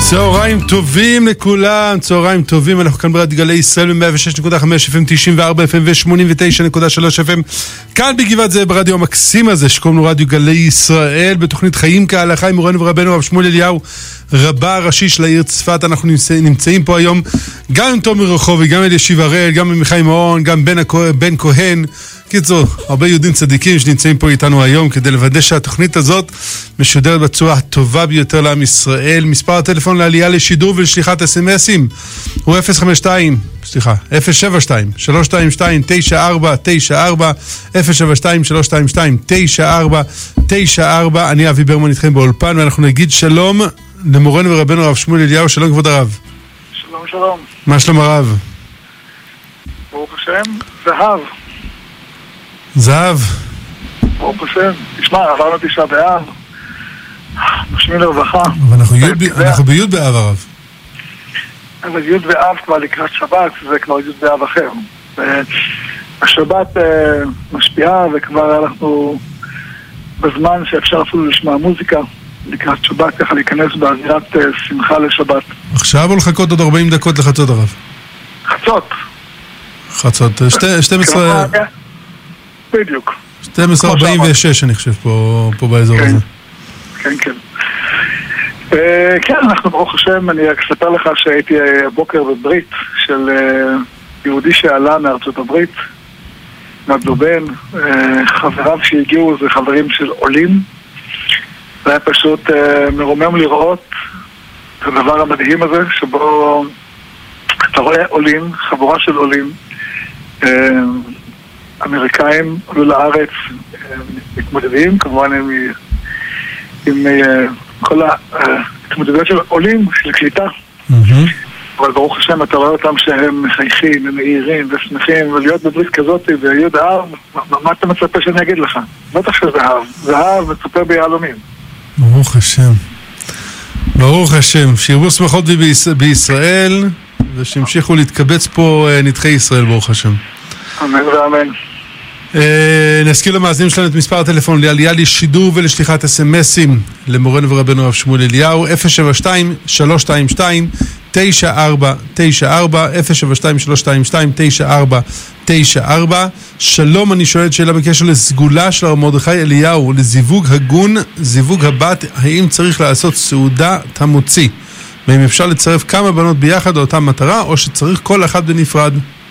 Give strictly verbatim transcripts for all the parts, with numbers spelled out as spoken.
צהריים טובים לכולם, צהריים טובים, אנחנו כאן ברדיו גלי ישראל ב-מאה ושש נקודה חמש אף אם, תשעים וארבע אף אם ו-שמונים ותשע נקודה שלוש אף אם, כאן בגבעת זאב ברדיו המקסים הזה שקוראים לו רדיו גלי ישראל, בתוכנית חיים כהלכה עם מורנו ורבנו הרב שמואל אליהו, רבה הראשי של העיר צפת. אנחנו נמצא, נמצאים פה היום גם עם תומר רחובי, גם אלישיב הראל, גם עם מיכאל מאון, גם בן, הכו, בן כהן. קיצור, הרבה יהודים צדיקים שנמצאים פה איתנו היום כדי לוודא שהתוכנית הזאת משודרת בצורה הטובה ביותר לעם ישראל. מספר הטלפון לעלייה לשידור ולשליחת אס-אם-אסים הוא אפס חמש שתיים, סליחה, אפס שבע שתיים שלוש שתיים שתיים תשע ארבע תשע ארבע, אפס שבע שתיים שלוש שתיים שתיים תשע ארבע תשע ארבע. אני אבי ברמן איתכם באולפן, ואנחנו נגיד שלום למורנו ורבנו הרב שמואל אליהו. שלום כבוד הרב. שלום שלום. מה שלום הרב? ברוך השם. זהב. זהב. ברוך השם. תשמע, עברנו תשעה באב. נושמים לרווחה. אנחנו ביוד באב הרב. אבל יוד באב כבר לקראת שבת, זה כבר יוד באב אחר. השבת משפיעה, וכבר אנחנו בזמן שאפשר אפילו לשמוע מוזיקה לקראת שבת, ככה להיכנס באווירת שמחה לשבת. עכשיו או לחכות עוד ארבעים דקות לחצות הרב? חצות. חצות, שתים עשרה... בדיוק. שתים עשרה ארבעים ושש אני חושב פה באזור הזה. כן, כן. כן, אנחנו ברוך השם, אני אספר לך שהייתי הבוקר בברית של יהודי שעלה מארצות הברית, נדלובן, חבריו שהגיעו זה חברים של עולים. זה היה פשוט מרומם לראות את הדבר המדהים הזה, שבו אתה רואה עולים, חבורה של עולים אמריקאים עלו לארץ, מתמודדים כמובן עם, עם כל ההתמודדויות של עולים, של קליטה. אבל ברוך השם אתה רואה אותם שהם מחייכים, הם מהירים ושמחים, ולהיות בברית כזאת ויהוד אהב, מה אתה מצפה שאני אגיד לך? בטח שזהב, זהב מצפה ביהלומים. ברוך השם, ברוך השם, שירבו שמחות בישראל ושהמשיכו להתקבץ פה נדחי ישראל, ברוך השם. אמן ואמן. נזכיר למאזינים שלנו את מספר הטלפון לעלייה לשידור ולשליחת אס-אם-אסים למורנו ורבנו הרב שמואל אליהו, אפס שבע שתיים שלוש שתיים שתיים תשע ארבע תשע ארבע, אפס שבע שתיים שלוש שתיים שתיים תשע ארבע תשע ארבע. שלום, אני שואלת שאלה בקשר לסגולה של הרב מרדכי אליהו, לזיווג הגון, זיווג הבת, האם צריך לעשות סעודה תמוציא, ואם אפשר לצרף כמה בנות ביחד לאותה מטרה, או שצריך כל אחד בנפרד?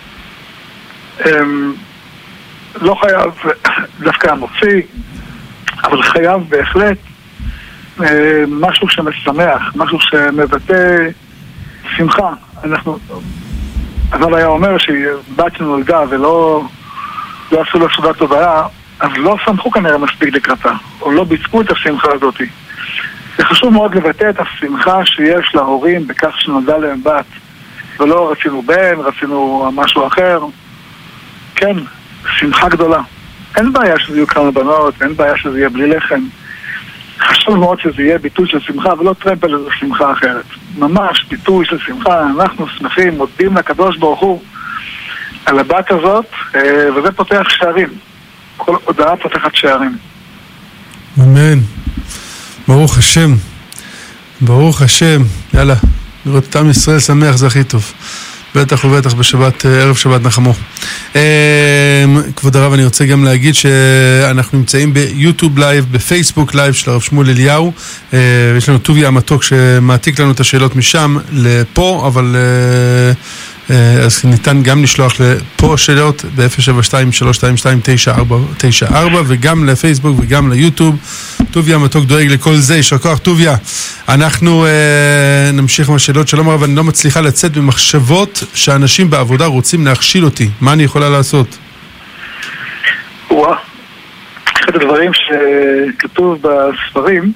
לא חייב דווקא המוציא, אבל חייב בהחלט משהו שמשמח, משהו שמבטא שמחה. אנחנו, אבל היה אומר שבת שנולדה ולא לא עשו לה סעודה טובה, אז לא שמחו כנראה מספיק לקראתה, או לא ביצעו את השמחה הזאת. זה חשוב מאוד לבטא את השמחה שיש להורים בכך שנולדה להם בת, ולא רצינו בן, רצינו משהו אחר. כן, שמחה גדולה. אין בעיה שזה יהיו כמה בנות, אין בעיה שזה יהיה בלי לחם. חשוב מאוד שזה יהיה ביטוי של שמחה, ולא טרמפל איזו שמחה אחרת. ממש ביטוי של שמחה, אנחנו שמחים, מודים לקדוש ברוך הוא על הבת הזאת, וזה פותח שערים. כל הודעה פותחת שערים. אמן. ברוך השם. ברוך השם. יאללה, לראות את עם ישראל שמח זה הכי טוב. בטח ובטח בשבת, ערב שבת נחמו. כבוד הרב, אני רוצה גם להגיד שאנחנו נמצאים ביוטיוב לייב, בפייסבוק לייב של הרב שמואל אליהו. יש לנו טוביה המתוק שמעתיק לנו את השאלות משם לפה, אבל אז ניתן גם לשלוח לפה שאלות ב-אפס שבע שתיים שלוש שתיים שתיים תשע ארבע תשע ארבע, וגם לפייסבוק וגם ליוטיוב. טוביה המתוק דואג לכל זה, יישר כוח טוביה. אנחנו אה, נמשיך עם השאלות. שלום הרב, אני לא מצליחה לצאת במחשבות שאנשים בעבודה רוצים להכשיל אותי, מה אני יכולה לעשות? וואה, אחד הדברים שכתוב בספרים,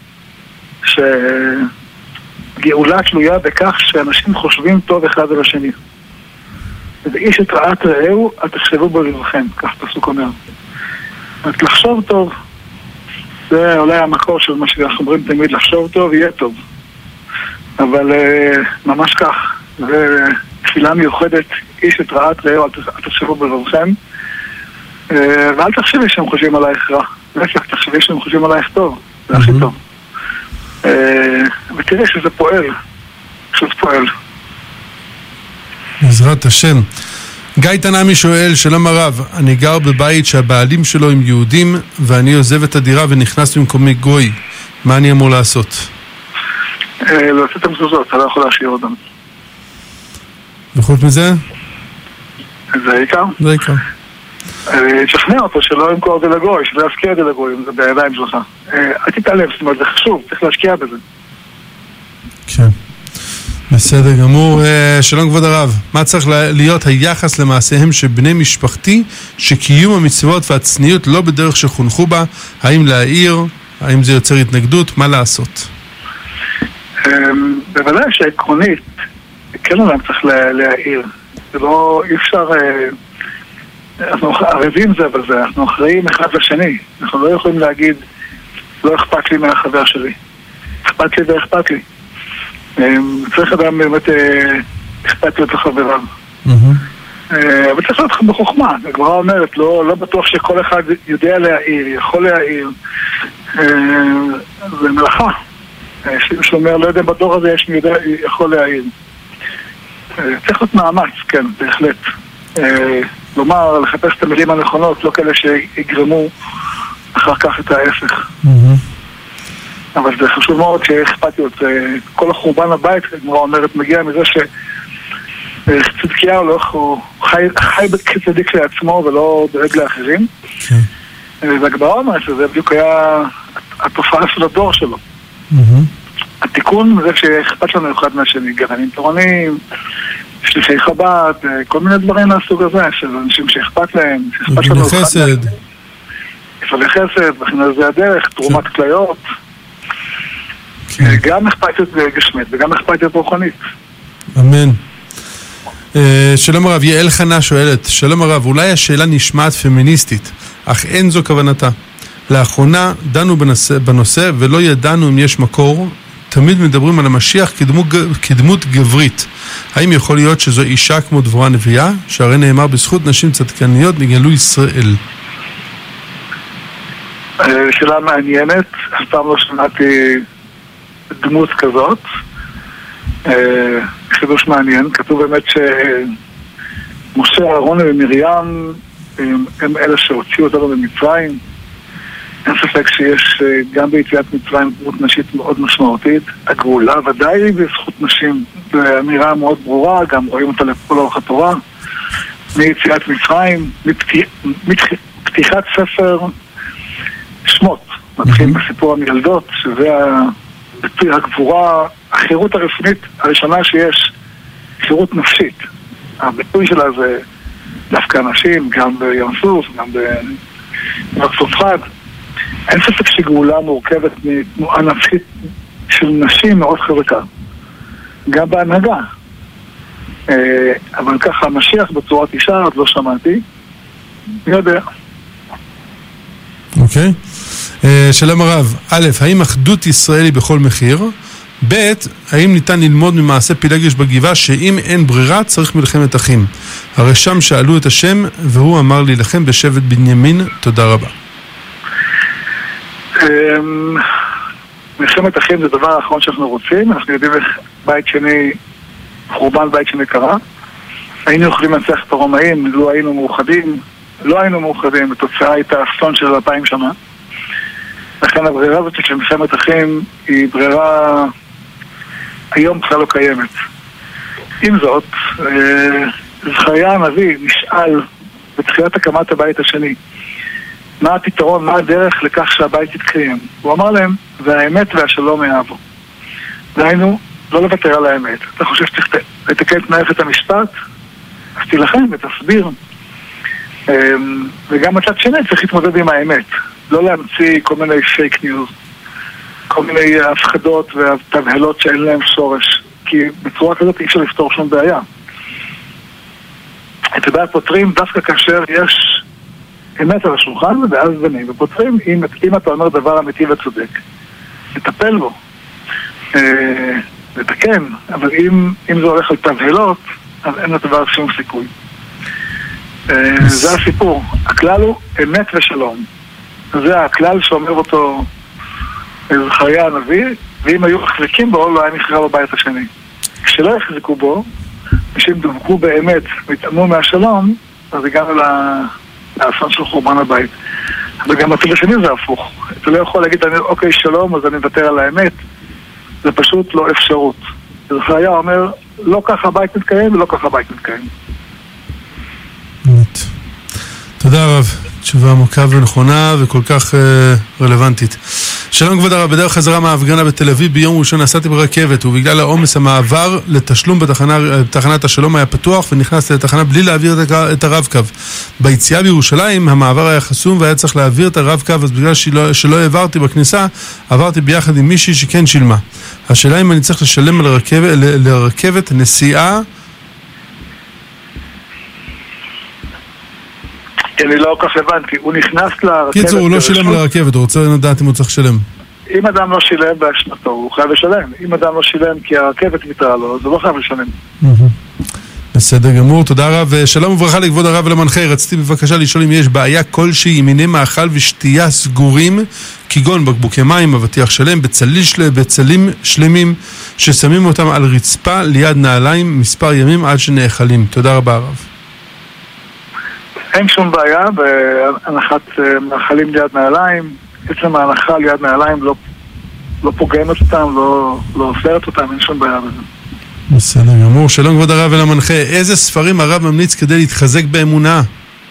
שגאולה תלויה בכך שאנשים חושבים טוב אחד על השני. ואיש את רעת רעהו, אל תחשבו בלבכם, כך פסוק אומר. אז לחשוב טוב, זה אולי המקור של מה שאנחנו אומרים תמיד, לחשוב טוב יהיה טוב. אבל uh, ממש כך, זה תפילה מיוחדת, איש את רעת רעהו, אל תחשבו בלבכם. Uh, ואל תחשבי שהם חושבים עלייך רע, להפך, תחשבי שהם חושבים עלייך טוב, זה הכי טוב. Uh, ותראה שזה פועל. פשוט פועל. בעזרת השם. גיא תנעמי שואל, שלום הרב, אני גר בבית שהבעלים שלו הם יהודים ואני עוזב את הדירה ונכנס במקומי גוי. מה אני אמור לעשות? להוציא את המזוזות, אתה לא יכול להשאיר אותם. וחוץ מזה? זה העיקר? זה העיקר. תשכנע אותו שלא ימכור את זה לגוי, שלא ישקיע את זה לגוי, זה בידיים שלך. אל תתעלם, זאת אומרת, זה חשוב, צריך להשקיע בזה. כן. בסדר גמור. שלום כבוד הרב, מה צריך להיות היחס למעשיהם של בני משפחתי שקיום המצוות והצניעות לא בדרך שחונכו בה? האם להעיר? האם זה יוצר התנגדות? מה לעשות? בוודאי שעקרונית כן אדם צריך להעיר. זה לא, אי אפשר, אנחנו ערבים זה בזה, אנחנו אחראים אחד לשני. אנחנו לא יכולים להגיד לא אכפת לי מהחבר שלי, אכפת לי ואכפת לי. צריך אדם באמת אכפת להיות לחבריו. אבל צריך להיות בחוכמה. הגמרא אומרת, לא בטוח שכל אחד יודע להעיר, יכול להעיר. זה מלאכה. שאומר, לא יודע, בדור הזה יש מי יכול להעיר. צריך להיות מאמץ, כן, בהחלט. לומר, לחפש את המילים הנכונות, לא כאלה שיגרמו אחר כך את ההפך. אבל זה חשוב מאוד שאכפתיות. כל החורבן הבית, הגמרא אומרת, מגיע מזה שצדקיהו לא, הוא חי, חי כצדיק לעצמו ולא דואג לאחרים. והגמרא אומרת שזה בדיוק היה התופעה של הדור שלו. התיקון זה שאכפת לנו אחד מהשני, גרעינים תורניים, שליחי חב"ד, כל מיני דברים מהסוג הזה, של אנשים שאכפת להם, שאכפת לנו אחד חסד. מפעלי חסד, וכן על זה הדרך, תרומת כליות. גם אכפתיות גשמית וגם אכפתיות רוחנית. אמן. שלום הרב, יעל חנה שואלת, שלום הרב, אולי השאלה נשמעת פמיניסטית, אך אין זו כוונתה. לאחרונה דנו בנושא, בנושא ולא ידענו אם יש מקור. תמיד מדברים על המשיח כדמות, כדמות גברית. האם יכול להיות שזו אישה כמו דבורה הנביאה, שהרי נאמר בזכות נשים צדקניות נגאלו ישראל? שאלה מעניינת, אף פעם לא שמעתי דמות כזאת. חידוש מעניין, כתוב באמת שמשה, אהרון ומרים הם אלה שהוציאו אותנו במצרים. אין ספק שיש גם ביציאת מצרים דמות נשית מאוד משמעותית. הגאולה ודאי היא בזכות נשים, באמירה מאוד ברורה, גם רואים אותה לכל אורך התורה. מיציאת מצרים, מפתיחת ספר שמות, מתחיל בסיפור המילדות, שזה הביטוי הגבורה, החירות הרפואית הראשונה שיש, חירות נפשית. הביטוי שלה זה דווקא נשים, גם בים סוף, גם בצרפת. אין ספק שגאולה מורכבת מתנועה נפשית של נשים מאוד חזקה, גם בהנהגה. אבל ככה המשיח בצורת אישה עוד לא שמעתי, אני יודע. אוקיי. שלום הרב, א', האם אחדות ישראל היא בכל מחיר? ב', האם ניתן ללמוד ממעשה פילגש בגבעה שאם אין ברירה צריך מלחמת אחים? הרי שם שאלו את השם והוא אמר לי לכם בשבט בנימין. תודה רבה. מלחמת אחים זה דבר האחרון שאנחנו רוצים. אנחנו יודעים איך בית שני, חורבן בית שני קרה. היינו יכולים לנצח את הרומאים, לא היינו מאוחדים, לא היינו מאוחדים, בתוצאה הייתה אסון של אלפיים שנה. לכן הברירה הזאת של מלחמת אחים היא ברירה היום בכלל לא קיימת. עם זאת, זכריה הנביא נשאל בתחילת הקמת הבית השני, מה הפתרון, מה הדרך לכך שהבית יתקיים? הוא אמר להם, והאמת והשלום יאהבו. דהיינו, לא לוותר על האמת. אתה חושב שצריך לתקן את מערכת המשפט? אז תילחם ותסביר. וגם מצד שני צריך להתמודד עם האמת. לא להמציא כל מיני פייק ניוז, כל מיני הפחדות והתבהלות שאין להם שורש. כי בצורה כזאת אי אפשר לפתור שום בעיה. את הבעיה פותרים דווקא כאשר יש אמת על השולחן, ואז בנים, ופותרים אם, אם אתה אומר דבר אמיתי וצודק. לטפל בו. אה, לתקן, אבל אם, אם זה הולך על תבהלות, אז אין לדבר שום סיכוי. אה, זה הסיפור. הכלל הוא אמת ושלום. זה הכלל שאומר אותו זכריה הנביא, ואם היו מחזיקים בו, לא היה נכרע בבית השני. כש, שלא יחזיקו בו, ושהם דבקו באמת והתאמו מהשלום, אז הגענו לאסון של חורבן הבית. אבל גם הצד השני זה הפוך. אתה לא יכול להגיד, אוקיי, שלום, אז אני מוותר על האמת. זה פשוט לא אפשרות. זכריה אומר, לא ככה הבית מתקיים ולא ככה הבית מתקיים. תודה רב. תשובה עמוקה ונכונה וכל כך uh, רלוונטית. שלום כבוד הרב, בדרך חזרה מההפגנה בתל אביב ביום ראשון נסעתי ברכבת ובגלל העומס המעבר לתשלום בתחנה, בתחנת השלום היה פתוח ונכנסתי לתחנה בלי להעביר את הרב-קו. ביציאה בירושלים המעבר היה חסום והיה צריך להעביר את הרב-קו, אז בגלל שלא, שלא העברתי בכניסה עברתי ביחד עם מישהי שכן שילמה. השאלה אם אני צריך לשלם על הרכבת, לרכבת נסיעה. אני לא כל כך הבנתי, הוא נכנס לרכבת... קיצור, הוא לא שילם לרכבת, הוא רוצה לדעת אם הוא צריך לשלם. אם אדם לא שילם באשמתו, הוא חייב לשלם. אם אדם לא שילם כי הרכבת ויתרה לו, אז הוא לא חייב לשלם. בסדר גמור, תודה רב. שלום וברכה לכבוד הרב ולמנחה. רציתי בבקשה לשאול אם יש בעיה כלשהי עם מיני מאכל ושתייה סגורים, כגון בקבוקי מים, אבטיח שלם, בצלים שלמים, ששמים אותם על רצפה ליד נעליים מספר ימים עד שנאכלים. תודה רבה הרב. אין שום בעיה בהנחת מאכלים ליד נעליים. עצם ההנחה ליד נעליים לא, לא פוגמת אותם, לא, לא אופרת אותם, אין שום בעיה בזה. בסדר גמור. שלום כבוד הרב ולמנחה. איזה ספרים הרב ממליץ כדי להתחזק באמונה?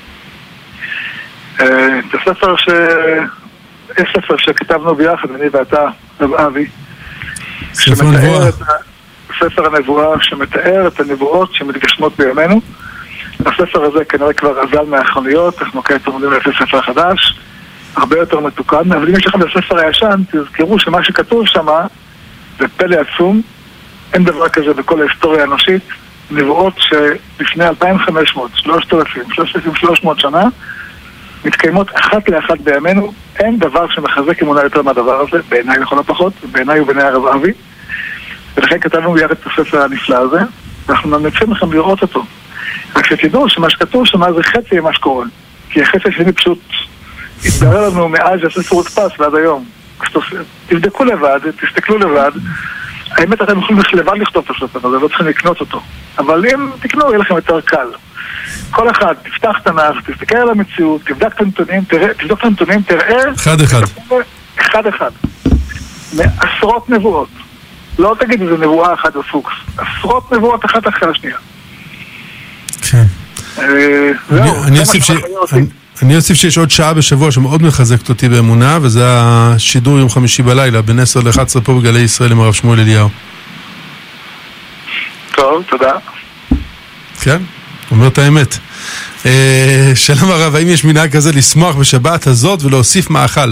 את הספר ש... יש ספר שכתבנו ביחד, אני ואתה, רב אבי. ספר הנבואה. ספר הנבואה שמתאר את הנבואות שמתגשמות בימינו. הספר הזה כנראה כבר עזל מהחנויות, אנחנו כעת עומדים לפי ספר חדש, הרבה יותר מתוקן, אבל אם יש לכם בספר הישן, תזכרו שמה שכתוב שם זה פלא עצום, אין דבר כזה בכל ההיסטוריה האנושית, נבואות שלפני אלפיים וחמש מאות, שלושת אלפים, שלושת אלפים ושלוש מאות שנה, מתקיימות אחת לאחת בימינו, אין דבר שמחזק אמונה יותר מהדבר הזה, בעיניי לכל הפחות, בעיניי ובעיני הרב אבי, ולכן כתבנו ביחד את הספר הנפלא הזה, ואנחנו ממליצים לכם לראות אותו. רק שתדעו שמה שכתוב שמה זה חצי מה שקורה, כי החצי השני פשוט התברר לנו מאז שהספר הודפס ועד היום. תבדקו לבד, תסתכלו לבד, האמת אתם יכולים לבד לכתוב את הספר הזה, לא צריכים לקנות אותו, אבל אם תקנו יהיה לכם יותר קל. כל אחד, תפתח את הנח, תסתכל על המציאות, תבדק את הנתונים, תראה, תבדוק את הנתונים, תראה אחד אחד אחד אחד מעשרות נבואות, לא תגיד איזה נבואה אחת בפוקס, עשרות נבואות אחת אחרי השנייה. כן. אני אוסיף שיש עוד שעה בשבוע שמאוד מחזקת אותי באמונה, וזה השידור יום חמישי בלילה בין עשר לאחת עשרה פה בגלי ישראל עם הרב שמואל אליהו. טוב, תודה. כן, אומר את האמת. שלום הרב, האם יש מנהג כזה לשמוח בשבת הזאת ולהוסיף מאכל?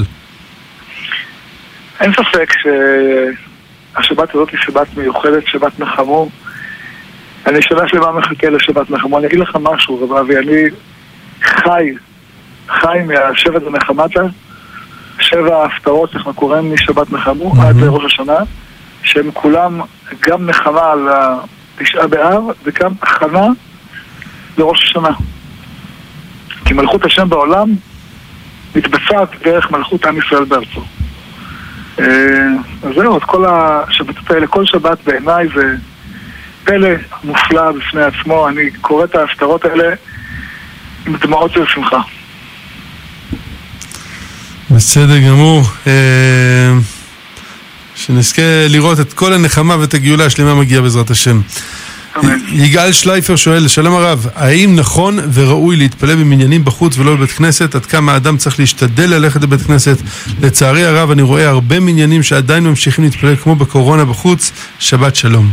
אין ספק שהשבת הזאת היא שבת מיוחדת, שבת נחמו. אני שנה שלמה מחכה לשבת נחמו. אני אגיד לך משהו, רב אבי, אני חי, חי מהשבט הנחמתה, שבע ההפטרות, אנחנו קוראים משבת נחמו mm-hmm. עד לראש השנה, שהם כולם גם נחמה על התשעה באב, וגם הכנה לראש השנה. כי מלכות השם בעולם מתבצעת דרך מלכות עם ישראל בארצו. אז זהו, את כל השבתות האלה, כל שבת בעיניי זה פלא מופלא בפני עצמו. אני קורא את ההפטרות האלה עם דמעות של שמחה. בסדר גמור. שנזכה לראות את כל הנחמה ואת הגאולה השלמה מגיעה בעזרת השם. יגאל שלייפר שואל, שלום הרב, האם נכון וראוי להתפלל במניינים בחוץ ולא בבית כנסת? עד כמה האדם צריך להשתדל ללכת לבית כנסת? לצערי הרב אני רואה הרבה מניינים שעדיין ממשיכים להתפלל כמו בקורונה בחוץ. שבת שלום.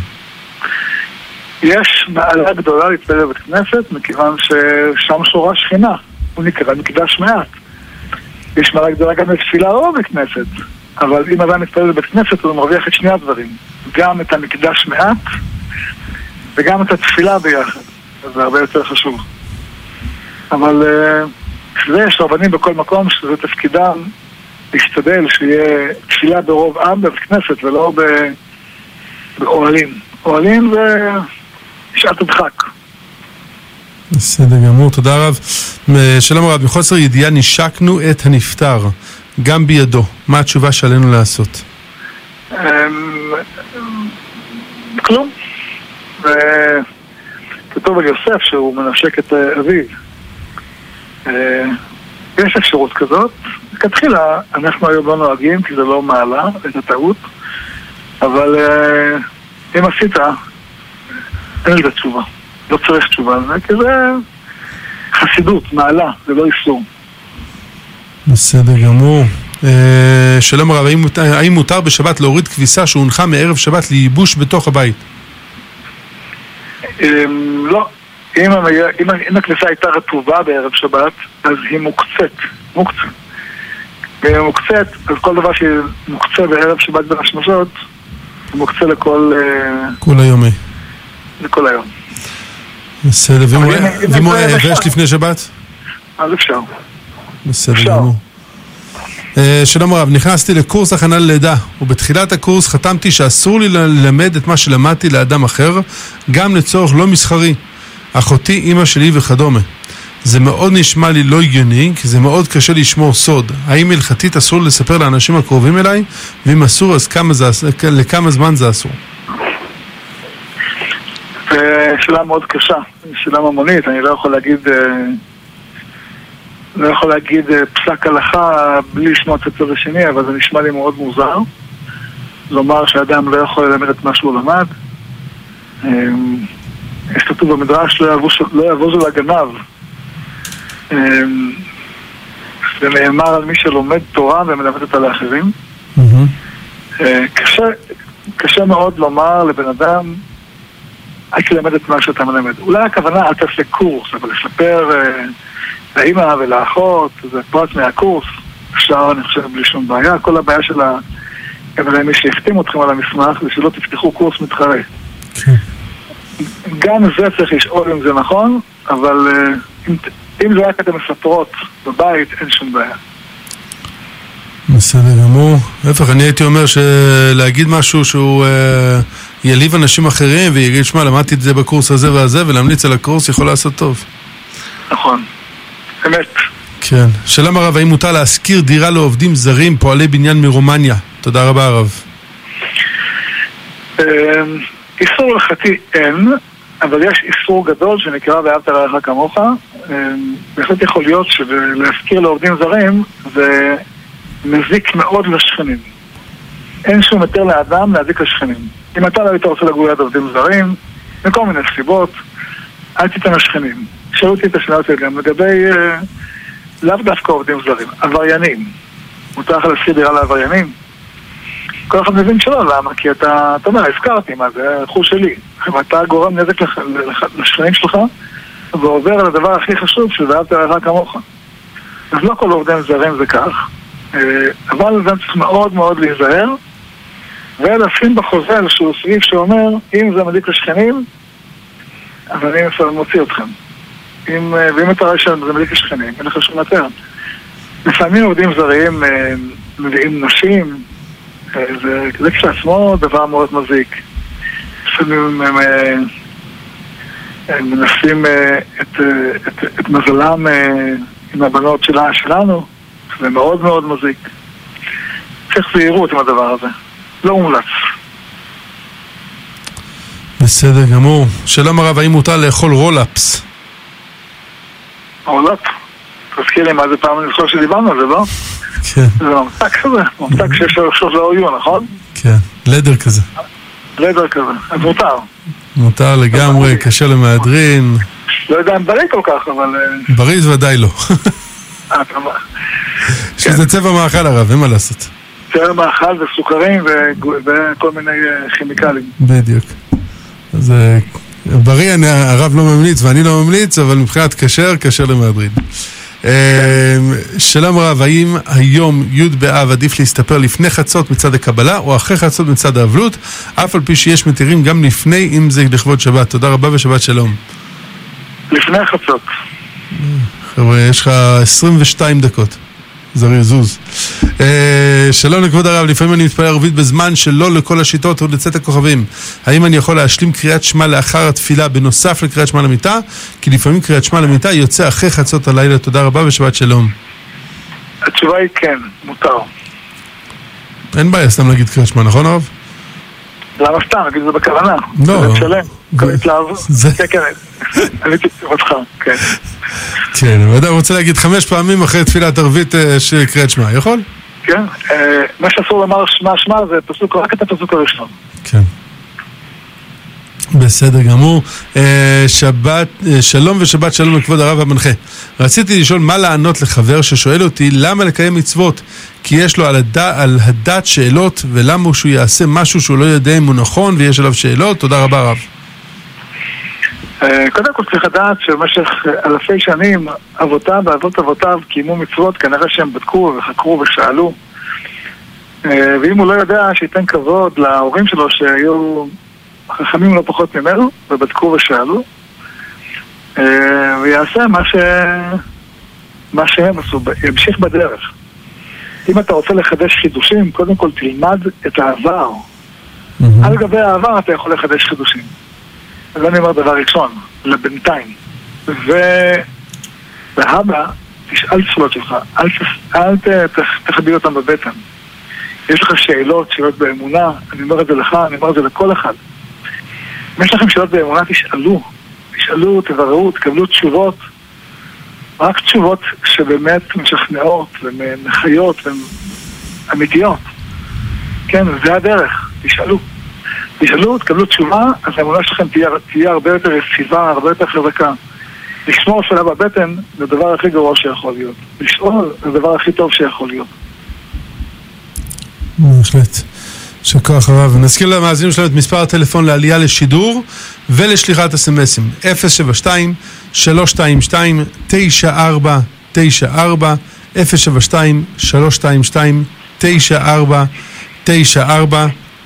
יש מעלה גדולה להתפלל בבית כנסת, מכיוון ששם שורה שכינה, הוא נקרא מקדש מעט. יש מעלה גדולה גם לתפילה או בבית כנסת, אבל אם אדם מתפלל בבית כנסת הוא מרוויח את שני הדברים, גם את המקדש מעט וגם את התפילה ביחד, זה הרבה יותר חשוב. אבל זה יש רבנים בכל מקום שזה תפקידם להשתדל שיהיה תפילה ברוב עם בבית כנסת ולא באוהלים. אוהלים זה שעת הדחק. בסדר גמור, תודה רב. שלום רב, מחוסר ידיעה נשקנו את הנפטר, גם בידו. מה התשובה שעלינו לעשות? כלום. וכתוב על יוסף שהוא מנשק את אביו. יש אפשרות כזאת. כתחילה, אנחנו היום לא נוהגים, כי זה לא מעלה את הטעות, אבל אם עשית, אין לזה תשובה. לא צריך תשובה על זה, כי זה חסידות, מעלה, זה לא איסור. בסדר גמור. שלום הרב, האם מותר בשבת להוריד כביסה שהונחה מערב שבת לייבוש בתוך הבית? לא. אם הכביסה הייתה רטובה בערב שבת, אז היא מוקצת. מוקצת. והיא מוקצת, אז כל דבר שמוקצה בערב שבת בין השמשות, הוא מוקצה לכל... כל היומי. לכל היום. בסדר, ואם הוא יבש לפני שבת? אז אפשר. בסדר גמור. שלום הרב, נכנסתי לקורס הכנה ללידה, ובתחילת הקורס חתמתי שאסור לי ללמד את מה שלמדתי לאדם אחר, גם לצורך לא מסחרי, אחותי, אמא שלי וכדומה. זה מאוד נשמע לי לא הגיוני, כי זה מאוד קשה לשמור סוד. האם הלכתית אסור לספר לאנשים הקרובים אליי, ואם אסור, אז כמה זה, לכמה זמן זה אסור? שאלה מאוד קשה, שאלה ממונית, אני לא יכול להגיד... לא יכול להגיד פסק הלכה בלי לשמוע את הצד השני, אבל זה נשמע לי מאוד מוזר לומר שאדם לא יכול ללמד את מה שהוא למד. יש כתוב במדרש לא יבוזו לגנב. זה נאמר על מי שלומד תורה ומלמד אותה לאחרים. קשה, קשה מאוד לומר לבן אדם אל תלמד את מה שאתה מלמד. אולי הכוונה אל תעשה קורס, אבל לספר לאמא ולאחות, זה פרט מהקורס, אפשר, אני חושב, בלי שום בעיה. כל הבעיה של ה... אבל מי שהחתים אתכם על המסמך זה שלא תפתחו קורס מתחרה. גם זה צריך לשאול אם זה נכון, אבל אם, אם זה רק אתם מספרות בבית, אין שום בעיה. בסדר גמור. להפך, אני הייתי אומר שלהגיד משהו שהוא אה, יליב אנשים אחרים ויגיד, שמע, למדתי את זה בקורס הזה והזה, ולהמליץ על הקורס יכול לעשות טוב. נכון. אמת. כן. שלום הרב, האם מותר להשכיר דירה לעובדים זרים, פועלי בניין מרומניה? תודה רבה הרב. איסור הלכתי אין, אבל יש איסור גדול שנקרא ואהבת לרעך כמוך. בהחלט יכול להיות שלהשכיר לעובדים זרים זה מזיק מאוד לשכנים. אין שום יותר לאדם להזיק לשכנים. אם אתה לא היית רוצה לגור ליד עובדים זרים, מכל מיני סיבות, אל תיתן לשכנים. שאלתי את השאלה הזאת גם לגבי לאו דווקא עובדים זרים, עבריינים. מותר לך להשכיר דירה לעבריינים? כל אחד מבין שלא, למה? כי אתה, אתה אומר, הזכרתי מה זה, חוש שלי. ואתה גורם נזק לח, לח, לשכנים שלך, ועובר על הדבר הכי חשוב, שזה אהבת לרעך כמוך. אז לא כל עובדים זרים זה כך, אבל זה צריך מאוד מאוד להיזהר, ולשים בחוזה איזשהו סעיף שאומר, אם זה מזיק לשכנים, אז אני מוציא אתכם. אם, ואם אתה רואה שזה מזיק לשכנים, אין לך שום יותר. לפעמים עובדים זרים מביאים נשים, זה, זה כשעצמו דבר מאוד מזיק. לפעמים הם, הם, הם מנסים את, את, את מזלם עם הבנות שלה, שלנו, זה מאוד מאוד מזיק. צריך זהירות עם הדבר הזה. לא מומלץ. בסדר גמור. שלום הרב, האם מותר לאכול רולאפס? רולאפ? תזכיר לי מה זה פעם אני חושב שדיברנו על זה, לא? כן. זה ממתק כזה, ממתק שיש לו לחשוב לאוריון, נכון? כן, לדר כזה. לדר כזה, אז מותר. מותר לגמרי, קשה למהדרין. לא יודע אם בריא כל כך, אבל... בריא זה ודאי לא. אה, אתה אומר. שזה צבע מאכל הרב, אין מה לעשות. צבע מאכל וסוכרים וכל מיני כימיקלים. בדיוק. אז בריא הרב לא ממליץ ואני לא ממליץ, אבל מבחינת כשר, כשר למהדרין. שלום רב, האם היום י' באב עדיף להסתפר לפני חצות מצד הקבלה או אחרי חצות מצד האבלות, אף על פי שיש מתירים גם לפני, אם זה לכבוד שבת? תודה רבה ושבת שלום. לפני חצות. חבר'ה, יש לך עשרים ושתיים דקות. זרי זוז. שלום לכבוד הרב, לפעמים אני מתפלל ערבית בזמן שלא לכל השיטות עוד לצאת הכוכבים. האם אני יכול להשלים קריאת שמע לאחר התפילה בנוסף לקריאת שמע למיטה? כי לפעמים קריאת שמע למיטה יוצא אחרי חצות הלילה. תודה רבה ושבת שלום. התשובה היא כן, מותר. אין בעיה סתם להגיד קריאת שמע, נכון הרב? למה סתם? נגיד זה בכוונה. לא, קורית להב. כן, כן, אני תקציב אותך, כן. כן, אבל אני רוצה להגיד חמש פעמים אחרי תפילת ערבית שקראת שמע, יכול? כן, מה שאסור לומר שמע שמע זה פסוק, רק את הפסוק הראשון. כן. בסדר גמור. שבת, שלום ושבת שלום לכבוד הרב המנחה. רציתי לשאול מה לענות לחבר ששואל אותי למה לקיים מצוות, כי יש לו על, הד... על הדת שאלות, ולמה שהוא יעשה משהו שהוא לא יודע אם הוא נכון ויש עליו שאלות. תודה רבה רב. קודם כל צריך לדעת שבמשך אלפי שנים אבותיו ואבות אבותיו קיימו מצוות, כנראה שהם בדקו וחקרו ושאלו, ואם הוא לא יודע שייתן כבוד להורים שלו שהיו חכמים לא פחות ממנו ובדקו ושאלו, ויעשה מה ש... מה שהם עשו, ימשיך בדרך. אם אתה רוצה לחדש חידושים, קודם כל תלמד את העבר. Mm-hmm. על גבי העבר אתה יכול לחדש חידושים. אז אני אומר דבר ראשון, לבינתיים. ולהבא, תשאל שאלות שלך, אל, אל ת, ת, תחביא אותם בבטן. יש לך שאלות, שאלות באמונה, אני אומר את זה לך, אני אומר את זה לכל אחד. אם יש לכם שאלות באמונה, תשאלו. תשאלו, תבררו, תקבלו תשובות. רק תשובות שבאמת משכנעות ומחיות ואמיתיות. כן, זה הדרך. תשאלו. תשאלו, תקבלו תשובה, אז האמונה שלכם תהיה, תהיה הרבה יותר יציבה, הרבה יותר חזקה. לשמור שאלה בבטן זה הדבר הכי גרוע שיכול להיות. לשאול זה הדבר הכי טוב שיכול להיות. בהחלט. שכוח הרב. נזכיר למאזינים שלנו את מספר הטלפון לעלייה לשידור ולשליחת אס-אם-אסים. אפס שבע שתיים שלוש שתיים שתיים תשע ארבע תשע ארבע אפס שבע שתיים שלוש שתיים שתיים תשע ארבע תשע ארבע.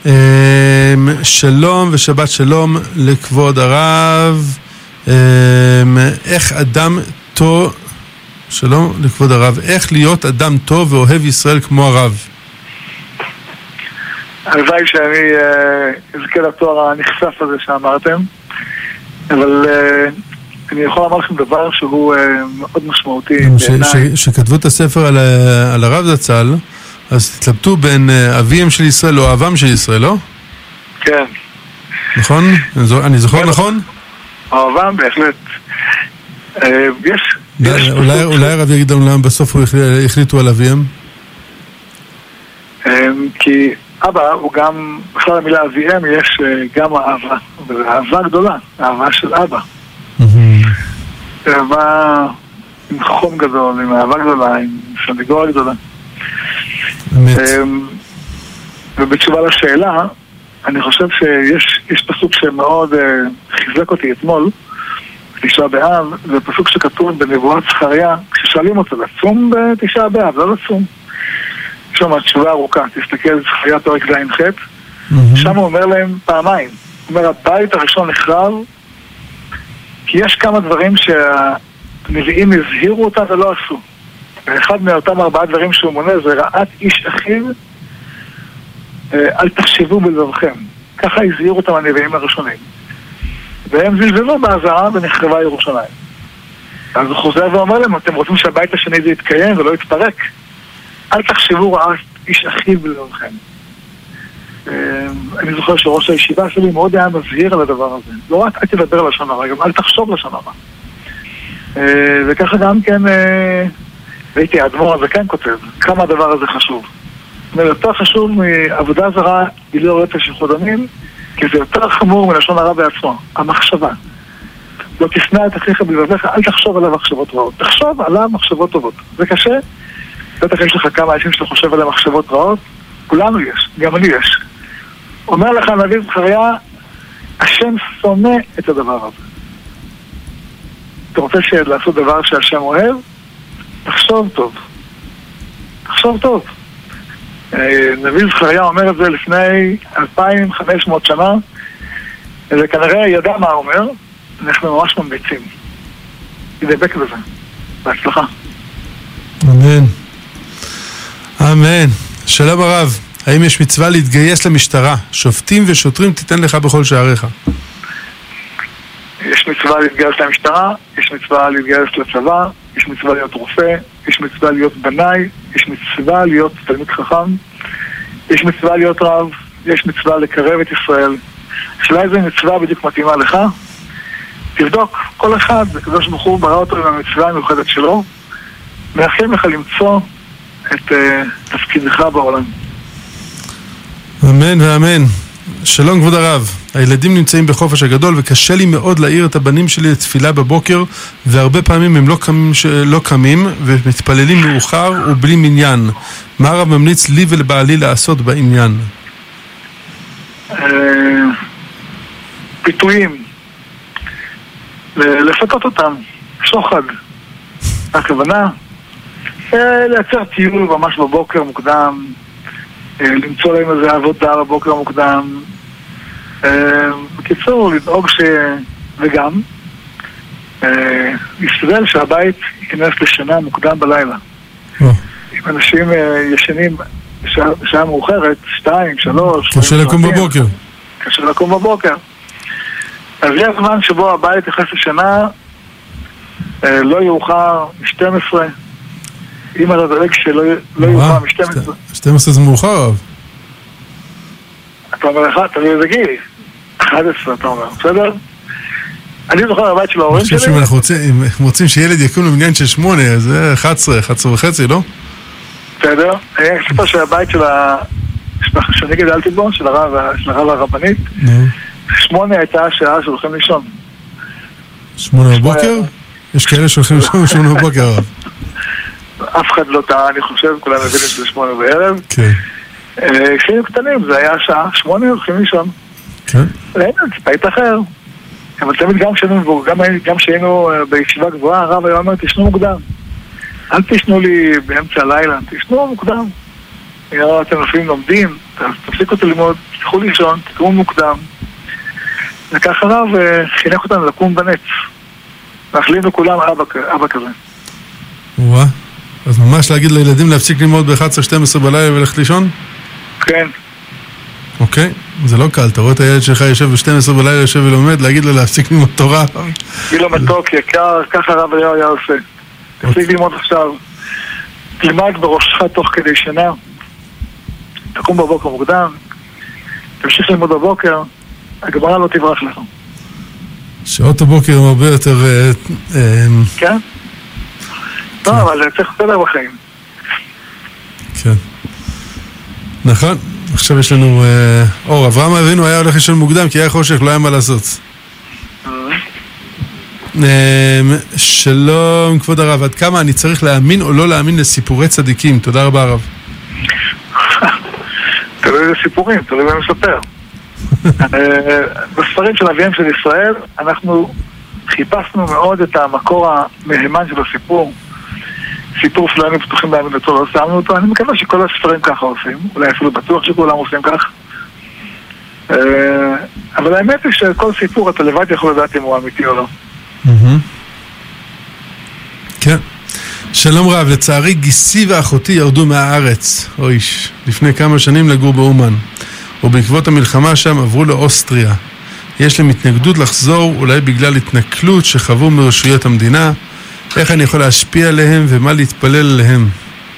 שלום ושבת שלום לכבוד הרב. איך אדם טוב, שלום לכבוד הרב, איך להיות אדם טוב ואוהב ישראל כמו הרב? הלוואי שאני אזכה לתואר הנחשף הזה שאמרתם, אבל אני יכול לומר לכם דבר שהוא מאוד משמעותי בעיניי. שכתבו את הספר על הרב זצ"ל, אז תתלבטו בין אביהם של ישראל או אהבם של ישראל, לא? כן. נכון? אני זוכר נכון? אהבם בהחלט. יש... אולי הרב יגיד לנו למה בסוף החליטו על אביהם? כי אבא הוא גם, בכלל המילה אביהם יש גם אהבה, אהבה גדולה, אהבה של אבא. אהבה עם חום גדול, עם אהבה גדולה, עם סנגוריה גדולה. ובתשובה לשאלה, אני חושב שיש יש פסוק שמאוד חיזק אותי אתמול, תשעה באב, זה פסוק שכתוב בנבואת זכריה, כששואלים אותו לצום בתשעה באב, לא לצום. יש שם תשובה ארוכה, תסתכל זכריה פרק ז' ח', שם הוא אומר להם פעמיים, הוא אומר הבית הראשון נחרב, כי יש כמה דברים שהנביאים הזהירו אותם ולא עשו. ואחד מאותם ארבעה דברים שהוא מונה זה רעת איש אחיו, אל תחשבו בלבבכם. ככה הזהירו אותם הנביאים הראשונים. והם זלזלו באזהרה ונחרבה ירושלים. אז הוא חוזר ואומר להם, אתם רוצים שהבית השני זה יתקיים ולא יתפרק? אל תחשבו רעת איש אחיו בלבבכם. אני זוכר שראש הישיבה שלי מאוד היה מזהיר על הדבר הזה. לא רק אל תדבר לשון הרע, גם אל תחשוב לשון הרע. וככה גם כן... ראיתי, האדמו"ר הזה כן כותב, כמה הדבר הזה חשוב. זאת אומרת, יותר חשוב מעבודה זרה, גילוי רצח של חודמים, כי זה יותר חמור מלשון הרע בעצמו, המחשבה. לא תשנא את אחיך בלבביך, אל תחשוב עליו מחשבות רעות. תחשוב עליו מחשבות טובות. זה קשה, בטח יש לך כמה אנשים שאתה חושב עליהם מחשבות רעות, כולנו יש, גם אני יש. אומר לך הנביא זכריה, השם שונא את הדבר הזה. אתה רוצה לעשות דבר שהשם אוהב? תחשוב טוב. תחשוב טוב. נביא זכריה אומר את זה לפני אלפיים וחמש מאות שנה, וכנראה ידע מה אומר, אנחנו ממש ממליצים. ידבק בזה. בהצלחה. אמן. אמן. שלום הרב, האם יש מצווה להתגייס למשטרה? שופטים ושוטרים תיתן לך בכל שעריך. יש מצווה להתגייס למשטרה, יש מצווה להתגייס לצבא, יש מצווה להיות רופא, יש מצווה להיות בנאי, יש מצווה להיות תלמיד חכם, יש מצווה להיות רב, יש מצווה לקרב את ישראל, שאלה איזה מצווה בדיוק מתאימה לך, תבדוק, כל אחד, הקדוש ברוך הוא ברא אותו עם המצווה המיוחדת שלו, מאחל לך למצוא את uh, תפקידך בעולם. אמן ואמן. שלום כבוד הרב, הילדים נמצאים בחופש הגדול וקשה לי מאוד להעיר את הבנים שלי לתפילה בבוקר, והרבה פעמים הם לא קמים, לא קמים ומתפללים מאוחר ובלי מניין. מה הרב ממליץ לי ולבעלי לעשות בעניין? פיתויים, לפתות אותם, שוחד, הכוונה לייצר טיול ממש בבוקר מוקדם, למצוא להם איזה עבודה בבוקר מוקדם, בקיצור, לדאוג ש... וגם להסתדל שהבית ייכנס לשנה מוקדם בלילה. אם אנשים ישנים בשעה מאוחרת, שתיים, שלוש... קשה לקום בבוקר. קשה לקום בבוקר. אז זה הזמן שבו הבית ייכנס לשנה, לא יאוחר מ-שתים עשרה, אם אתה דואג שלא יאוחר מ-שתים עשרה. שתים עשרה זה מאוחר, רב. אתה אומר לך, תראי איזה גיל. אחת עשרה, אתה אומר, בסדר? אני זוכר הבית של ההורים שלי. אני חושב שאם אנחנו רוצים שילד יקום למניין של שמונה, אז זה אחת עשרה, אחת עשרה וחצי, לא? בסדר. אני חושב שהבית של ה... שאני גדלתי בו, של הרב הרבנית, שמונה הייתה השעה שהולכים לישון. שמונה בבוקר? יש כאלה שהולכים לישון שמונה בבוקר, רב. אף אחד לא טעה, אני חושב, כולם מבינים שזה שמונה בערב. כן. כשהיינו קטנים, זה היה שעה, שמונה הולכים לישון. כן. ראינו, זה בית אחר. אבל תמיד גם כשהיינו, גם כשהיינו בישיבה גבוהה, הרב היה אומר, תשנו מוקדם. אל תשנו לי באמצע הלילה, תשנו מוקדם. נראה, אתם לפעמים לומדים, תפסיקו אותי ללמוד, תלכו לישון, תקומו מוקדם. וכך הרב חינך אותנו לקום בנץ. מאחלים לכולם אבא כזה. וואה. אז ממש להגיד לילדים להפסיק ללמוד ב-אחת עשרה שתים עשרה בלילה ולכת לישון? כן. אוקיי, זה לא קל. אתה רואה את הילד שלך יושב ב-שתים עשרה בלילה, יושב ולומד, להגיד לו להפסיק ללמוד תורה. גיל מתוק, יקר, ככה הרב היה היה עושה. תפסיק ללמוד עכשיו. תלמד בראשך תוך כדי שנה. תקום בבוקר מוקדם. תמשיך ללמוד בבוקר. הגמרא לא תברח לך. שעות הבוקר הם הרבה יותר... כן? לא, אבל צריך סדר בחיים. כן. נכון. עכשיו יש לנו אור. אברהם אבינו היה הולך לישון מוקדם כי היה חושך, לא היה מה לעשות. שלום כבוד הרב, עד כמה אני צריך להאמין או לא להאמין לסיפורי צדיקים? תודה רבה הרב. תלוי איזה סיפורים, תלוי מה מספר. בספרים של אביהם של ישראל אנחנו חיפשנו מאוד את המקור המהימן של הסיפור. סיפור שלא היינו פתוחים להאמין אותו, לא שמנו אותו. אני מקווה שכל הספרים ככה עושים, אולי אפילו בטוח שכולם עושים כך. אבל האמת היא שכל סיפור אתה לבד יכול לדעת אם הוא אמיתי או לא. כן. שלום רב, לצערי גיסי ואחותי ירדו מהארץ, אויש, לפני כמה שנים לגור באומן, ובעקבות המלחמה שם עברו לאוסטריה. יש להם התנגדות לחזור, אולי בגלל התנכלות שחוו מרשויות המדינה. איך אני יכול להשפיע עליהם ומה להתפלל עליהם?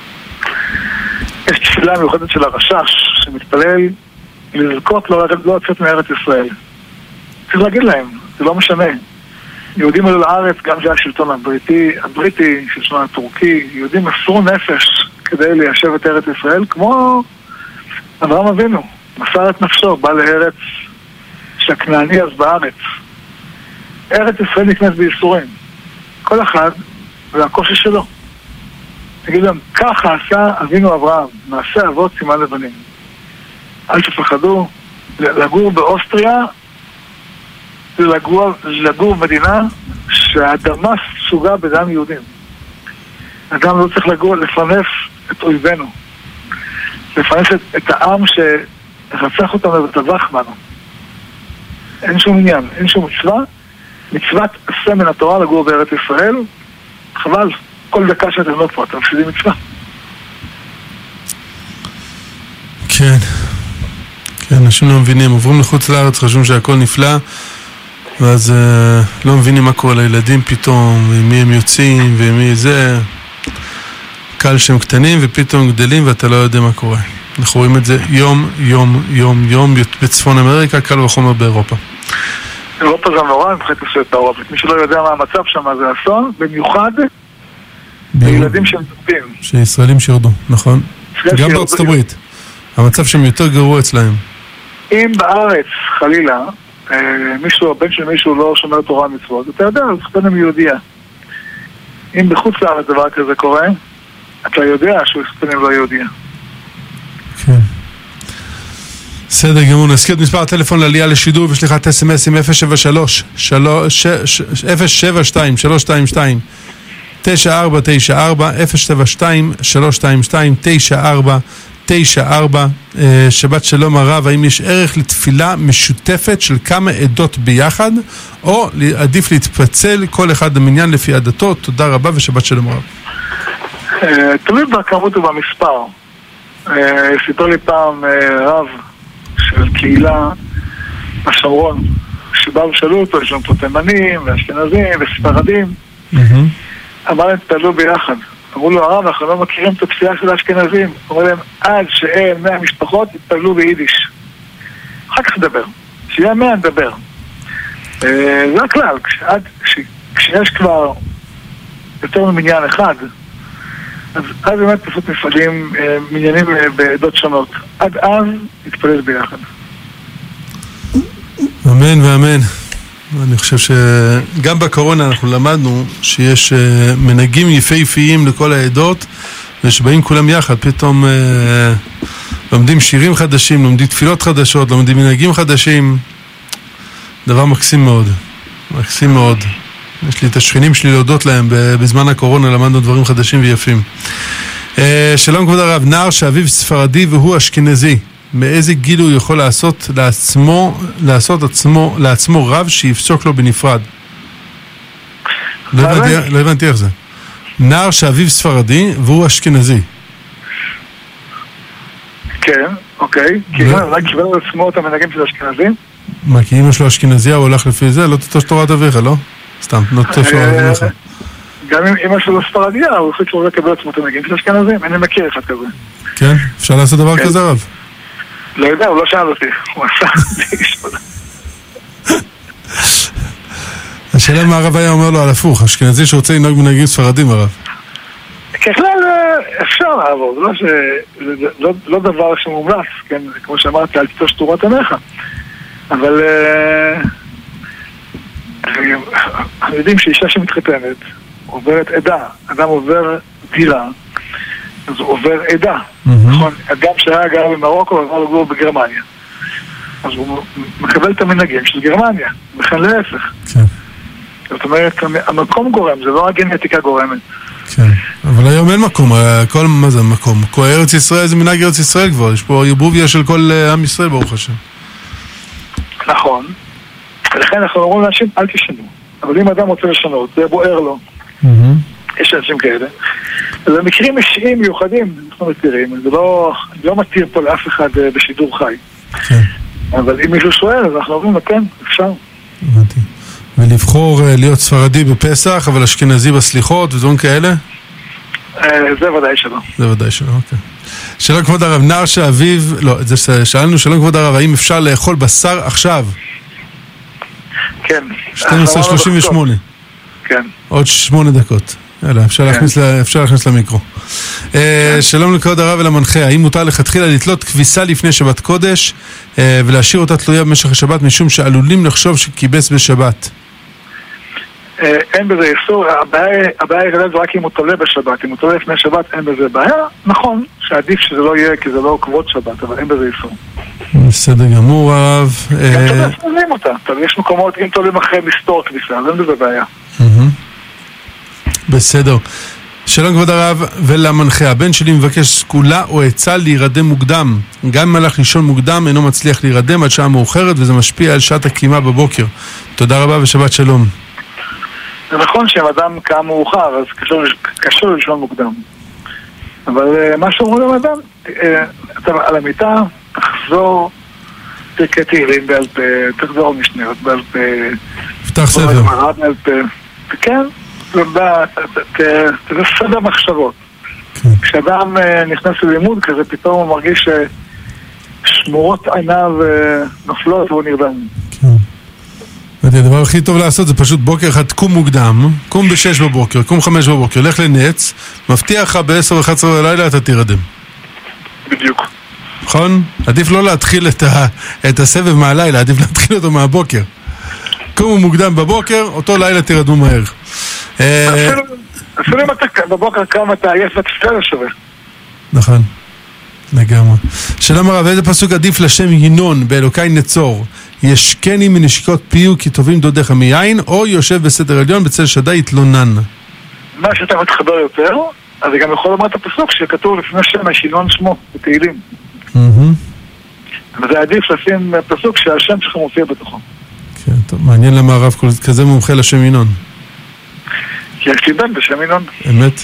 יש תפילה מיוחדת של הרשש שמתפלל לזכות לא לצאת מארץ ישראל. צריך להגיד להם, זה לא משנה. יהודים עלו לארץ, גם זה השלטון הבריטי, הבריטי, שלטון הטורקי, יהודים מסרו נפש כדי ליישב את ארץ ישראל, כמו אברהם אבינו, מסר את נפשו, בא לארץ שהכנעני אז בארץ. ארץ ישראל נכנס בייסורים. כל אחד והקושי שלו. תגיד להם, ככה עשה אבינו אברהם, מעשה אבות סימן לבנים. אל תפחדו, לגור באוסטריה, זה לגור, לגור במדינה שהאדמה סוגה בדם יהודים. אדם לא צריך לגור, לפרנס את אויבינו. לפרנס את, את העם שרצח אותנו וטבח בנו. אין שום עניין, אין שום מצווה. מצוות עשה מן התורה לגור בארץ ישראל. חבל, כל דקה שאתם לא פה, אתם מפסידים מצווה. כן. כן, אנשים לא מבינים. עוברים לחוץ לארץ, חושבים שהכל נפלא, ואז אה, לא מבינים מה קורה לילדים פתאום, ומי הם יוצאים, ומי זה. קל שהם קטנים, ופתאום גדלים, ואתה לא יודע מה קורה. אנחנו רואים את זה יום, יום, יום, יום בצפון אמריקה, קל וחומר באירופה. אירופה זה נורא מבחינת הסביבה האירופית. מי שלא יודע מה המצב שם זה אסון, במיוחד לילדים שהם טובים. שישראלים שירדו, נכון. גם בארצות הברית. המצב שם יותר גרוע אצלהם. אם בארץ, חלילה, מישהו, הבן של מישהו לא שומר תורה מצוות, אתה יודע, זה ספנם יהודיה. אם בחוץ לארץ דבר כזה קורה, אתה יודע שהוא ספנם לא יהודיה. כן. בסדר גמור, נזכיר את מספר הטלפון לעלייה לשידור ושליחת אס אם אס עם אפס שבע שלוש אפס שבע שתיים שלוש שתיים שתיים תשע ארבע תשע ארבע אפס שבע שתיים שלוש שתיים שתיים תשע ארבע תשע ארבע. שבת שלום הרב, האם יש ערך לתפילה משותפת של כמה עדות ביחד, או עדיף להתפצל כל אחד במניין לפי עדתו? תודה רבה ושבת שלום הרב. תלוי בכמות ובמספר. סיפר לי פעם רב של קהילה בשומרון, שבאו ושאלו אותו, יש לנו פה תימנים ואשכנזים וספרדים, אמר להם תפעלו ביחד. אמרו לו הרב, אנחנו לא מכירים את התפילה של האשכנזים. אמרו להם, עד שאין מאה משפחות תפעלו ביידיש, אחר כך נדבר, שיהיה מאה נדבר. זה הכלל, כשיש כבר יותר ממניין אחד, אז אז באמת פשוט מפעלים מניינים בעדות שונות. עד אז נתפלל ביחד. אמן ואמן. אני חושב שגם בקורונה אנחנו למדנו שיש מנהגים יפהפיים לכל העדות, ושבאים כולם יחד, פתאום לומדים שירים חדשים, לומדים תפילות חדשות, לומדים מנהגים חדשים. דבר מקסים מאוד. מקסים מאוד. יש לי את השכנים שלי להודות להם, בזמן הקורונה למדנו דברים חדשים ויפים. שלום כבוד הרב, נער שאביו ספרדי והוא אשכנזי, מאיזה גיל הוא יכול לעשות לעצמו, לעשות עצמו, לעצמו רב שיפסוק לו בנפרד? לא הבנתי, לא הבנתי איך זה. נער שאביו ספרדי והוא אשכנזי. כן, אוקיי. כי אולי קיבל לעצמו את המנהגים של אשכנזים? מה, כי אמא שלו אשכנזיה, הוא הולך לפי זה? לא תתוש תורת אביך, לא? סתם, לא תתוש תורת אביך. גם אם אמא שלו ספרדיה, הוא חושב שהוא לקבל לעצמו את המנהגים של אשכנזים. אני מכיר אחד כזה. כן? אפשר לעשות דבר כזה רב? לא יודע, הוא לא שאל אותי. הוא עשה לי. השאלה מה הרב היה אומר לו על הפוך, אשכנזי שרוצה לנהוג מנהגים ספרדים, הרב. ככלל אפשר לעבור, זה לא דבר שמומלץ, כן, כמו שאמרתי, אל תתוש תורת עמך. אבל אנחנו יודעים שאישה שמתחתנת עוברת עדה, אדם עובר דירה, אז הוא עובר עדה, נכון? אדם שהיה גר במרוקו עבר לגור בגרמניה, אז הוא מקבל את המנהגים של גרמניה, וכן להפך. כן. זאת אומרת, המקום גורם, זה לא הגנטיקה גורמת. כן, אבל היום אין מקום, כל, מה זה מקום? כל ארץ ישראל זה מנהג ארץ ישראל כבר, יש פה יבוביה של כל עם ישראל ברוך השם. נכון, ולכן אנחנו אומרים לאנשים, אל תשנו, אבל אם אדם רוצה לשנות, זה בוער לו. יש אנשים כאלה. זה מקרים אישיים מיוחדים, אנחנו מתירים, זה לא, לא מתיר פה לאף אחד בשידור חי. כן. אבל אם מישהו שואל, אז אנחנו אומרים, כן, אפשר. הבנתי. ולבחור להיות ספרדי בפסח, אבל אשכנזי בסליחות ודברים כאלה? זה ודאי שלא. זה ודאי שלא, אוקיי. שלום כבוד הרב, נער שאביו, לא, זה שאלנו, שלום כבוד הרב, האם אפשר לאכול בשר עכשיו? כן. שתים עשרה שלושים ושמונה. כן. עוד שמונה דקות. יאללה, אפשר להכניס למיקרו. שלום לכבוד הרב ולמנחה, האם מותר לכתחילה לתלות כביסה לפני שבת קודש ולהשאיר אותה תלויה במשך השבת משום שעלולים לחשוב שכיבס בשבת? אין בזה איסור, הבעיה היא זה רק אם הוא תולה בשבת, אם הוא תולה לפני שבת אין בזה בעיה, נכון שעדיף שזה לא יהיה כי זה לא כבוד שבת, אבל אין בזה איסור. בסדר גמור הרב. גם תולה תולים אותה, יש מקומות אם תולים אחרי מסתור כביסה, אז אין בזה בעיה. בסדר. שלום כבוד הרב ולמנחה, הבן שלי מבקש סקולה או עצה להירדם מוקדם, גם אם הלך לישון מוקדם אינו מצליח להירדם עד שעה מאוחרת וזה משפיע על שעת הקימה בבוקר. תודה רבה ושבת שלום. זה נכון שאם אדם קם מאוחר אז קשה לו לישון מוקדם, אבל מה שאומרים לאדם, אתה על המיטה תחזור פרקי תהילים בעל פה, תחזור משניות בעל פה, פתח ספר כן, זה סדר מחשבות. כן. כשאדם נכנס ללימוד כזה, פתאום הוא מרגיש ששמורות עיניו נופלות והוא נרדם. כן. הדבר הכי טוב לעשות זה פשוט בוקר אחד, קום מוקדם, קום בשש בבוקר, קום חמש בבוקר, לך לנץ, מבטיח לך בעשר ואחת עשרה בלילה אתה תירדם. בדיוק. נכון? עדיף לא להתחיל את, ה, את הסבב מהלילה, עדיף להתחיל אותו מהבוקר. קום מוקדם בבוקר, אותו לילה תירדמו מהר. אפילו אם אתה בבוקר קם אתה עייף ותפתר שווה. נכון, לגמרי. שאלה מרב, איזה פסוק עדיף לשם ינון באלוקי נצור? ישקני מנשיקות פיו כי טובים דודיך מיין, או יושב בסדר עליון בצל שדי יתלונן? מה שאתה מתחבר יותר, אז זה גם יכול לומר את הפסוק שכתוב לפני שמש ינון שמו בתהילים. וזה עדיף לשים פסוק שהשם שלך מופיע בתוכו. כן, טוב, מעניין למה הרב כזה מומחה לשם ינון. כי יש לי בן בשם ינון. אמת.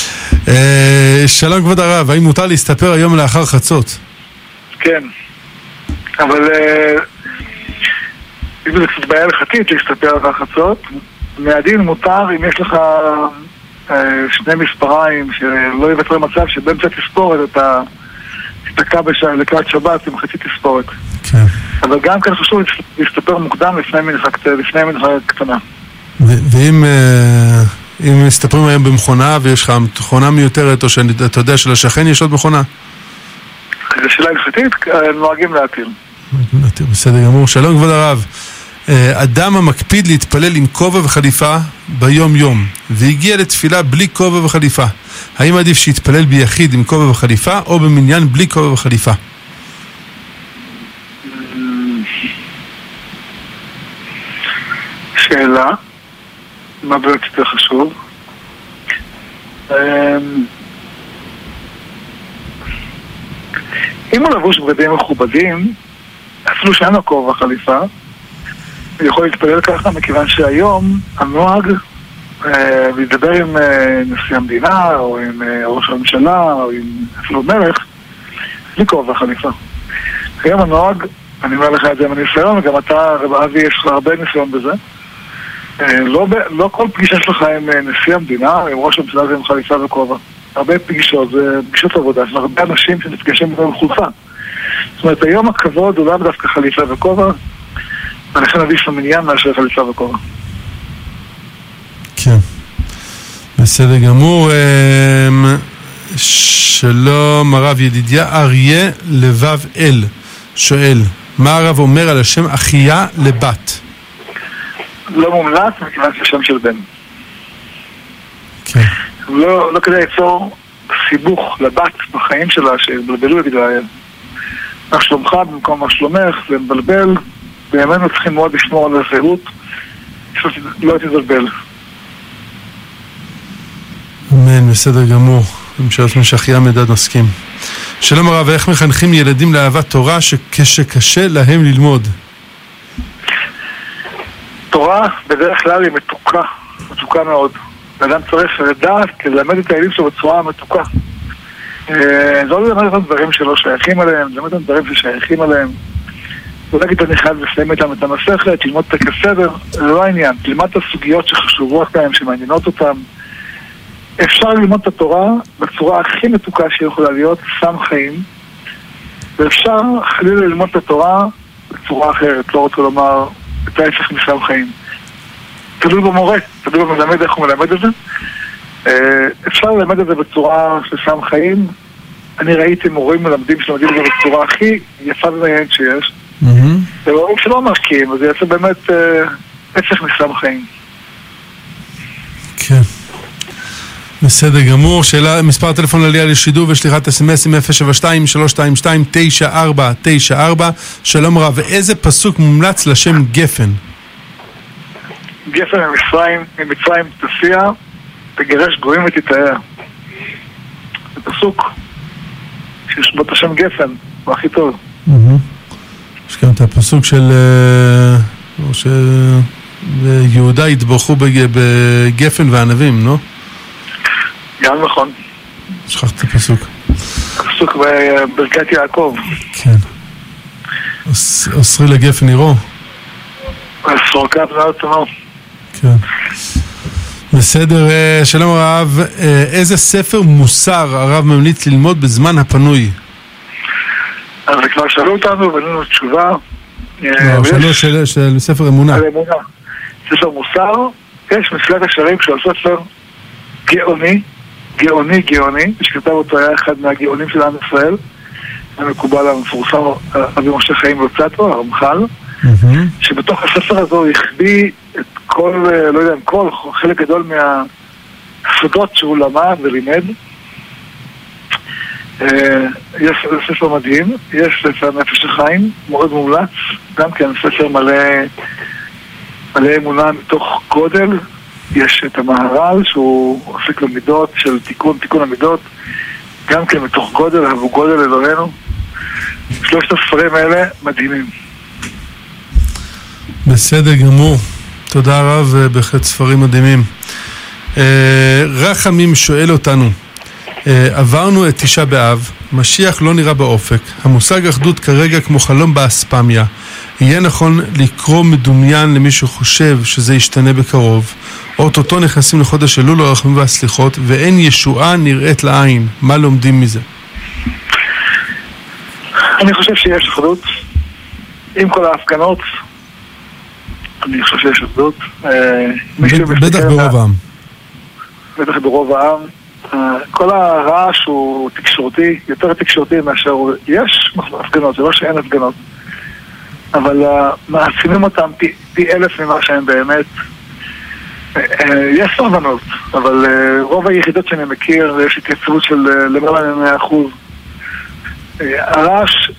שלום כבוד הרב, האם מותר להסתפר היום לאחר חצות? כן, אבל אם זה קצת בעיה הלכתית להסתפר לאחר חצות, מהדין מותר אם יש לך שני מספריים שלא יוותר מצב שבאמצע תספורת אתה תתקע לקראת שבת עם חצי תספורת. כן. אבל גם כאן חשוב להסתפר מוקדם לפני מנחה קטנה. ואם אם מסתפרים היום במכונה ויש לך מכונה מיותרת או שאתה יודע שלשכן יש עוד מכונה? זו שאלה הלכתית, נוהגים להטיל. בסדר גמור. שלום כבוד הרב, אדם המקפיד להתפלל עם כובע וחליפה ביום יום והגיע לתפילה בלי כובע וחליפה, האם עדיף שיתפלל ביחיד עם כובע וחליפה או במניין בלי כובע וחליפה? שאלה מה באמת יותר חשוב? אם הוא לבוש בגדים מכובדים, אפילו שאין לו כובע וחליפה, הוא יכול להתפלל ככה, מכיוון שהיום הנוהג לדבר עם נשיא המדינה או עם ראש הממשלה או עם אפילו מלך בלי כובע וחליפה. היום הנוהג, אני אומר לך את זה מניסיון, וגם אתה, אבי, יש לך הרבה ניסיון בזה, לא, לא כל פגישה שלך עם נשיא המדינה, עם ראש הממשלה זה עם חליפה וכובע. הרבה פגישות, זה פגישות עבודה, יש הרבה אנשים שנפגשים בהם חולפה. זאת אומרת, היום הכבוד הוא לא דווקא חליפה וכובע, ולכן עדיף למניין מאשר חליפה וכובע. כן. בסדר גמור. שלום הרב ידידיה אריה לבב אל שואל, מה הרב אומר על השם אחיה לבת? לא מומלץ, מכיוון זה שם של בן. כן. לא, לא כדי ליצור סיבוך לבת בחיים שלה, שבלבלו את גדולה. מה שלומך במקום מה שלומך, זה מבלבל, בימינו צריכים מאוד לשמור על הזהות, שלא תתבלבל. אמן, בסדר גמור. אני שואל עצמי שאחיה מדד מסכים. שלום הרב, איך מחנכים ילדים לאהבת תורה כשקשה להם ללמוד? תורה בדרך כלל היא מתוקה, מתוקה מאוד. האדם צריך לדעת ללמד את הילדים שלו בצורה מתוקה. זה לא ללמד את הדברים שלא שייכים עליהם, זה ללמד את הדברים ששייכים עליהם. לא להגיד אני חייב לסיים איתם את המסכת, ללמוד את הכסדר, זה לא העניין. ללמד את הסוגיות שחשובות להם, שמעניינות אותם. אפשר ללמוד את התורה בצורה הכי מתוקה שיכולה להיות, סם חיים, ואפשר חלילה ללמוד את התורה בצורה אחרת, לא רוצה לומר את ההפך מסם חיים. תלוי במורה, תלוי במלמד איך הוא מלמד את זה. אפשר ללמד את זה בצורה של סם חיים. אני ראיתי מורים מלמדים שלמדים את זה בצורה הכי יפה ומעניינת שיש. זה מורים שלא משקיעים, אז זה יצא באמת הפך מסם חיים. כן. בסדר גמור. שאלה, מספר טלפון לעלייה לשידור ושליחת אס-אם-אסים אפס שבע שתיים שלוש שתיים שתיים תשע ארבע תשע ארבע. שלום רב, ואיזה פסוק מומלץ לשם גפן? גפן ממצרים, ממצרים תסיע, תגרש גויים ותתאר. זה פסוק שיש בו את השם גפן, הוא הכי טוב. יש גם את הפסוק של שיהודה התברכו בגפן וענבים, לא? גם נכון. שכחת את הפסוק. הפסוק בברכת יעקב. כן. אוסרי לגפן עירו. סורקיו זה אותו. כן. בסדר, שלום הרב, איזה ספר מוסר הרב ממליץ ללמוד בזמן הפנוי? אז כבר שאלו אותנו ולנו תשובה. שאלו של ספר אמונה. ספר מוסר, יש מסילת ישרים שהוא ספר גאוני, גאוני, גאוני, שכתב אותו היה אחד מהגאונים של עם ישראל, המקובל המפורסם, אבי משה חיים לוצאטו, הרמח"ל, שבתוך הספר הזה הוא החביא את כל, לא יודע, כל חלק גדול מהסודות שהוא למד ולימד. יש ספר מדהים, יש ספר נפש החיים, מאוד מומלץ, גם כן ספר מלא מלא אמונה מתוך גודל. יש את המהר"ל שהוא עוסק במידות של תיקון, תיקון המידות, גם כן מתוך גודל, אבו גודל אלוהינו. שלושת הספרים האלה מדהימים. בסדר גמור, תודה רב, בהחלט ספרים מדהימים. רחמים שואל אותנו, עברנו את תשעה באב, משיח לא נראה באופק, המושג אחדות כרגע כמו חלום באספמיה, יהיה נכון לקרוא מדומיין למי שחושב שזה ישתנה בקרוב, אוטוטו נכנסים לחודש אלול הרחמים והסליחות ואין ישועה נראית לעין, מה לומדים מזה? אני חושב שיש אחדות עם כל ההפגנות, אני חושב שיש אחדות. בטח ברוב העם. בטח ברוב העם. כל הרעש הוא תקשורתי, יותר תקשורתי מאשר יש הפגנות, זה לא שאין הפגנות, אבל מעצימים אותם פי, פי אלף ממה שהם באמת. יש סרבנות, אבל רוב היחידות שאני מכיר יש התייצבות של למעלה מ-מאה אחוז. הרעש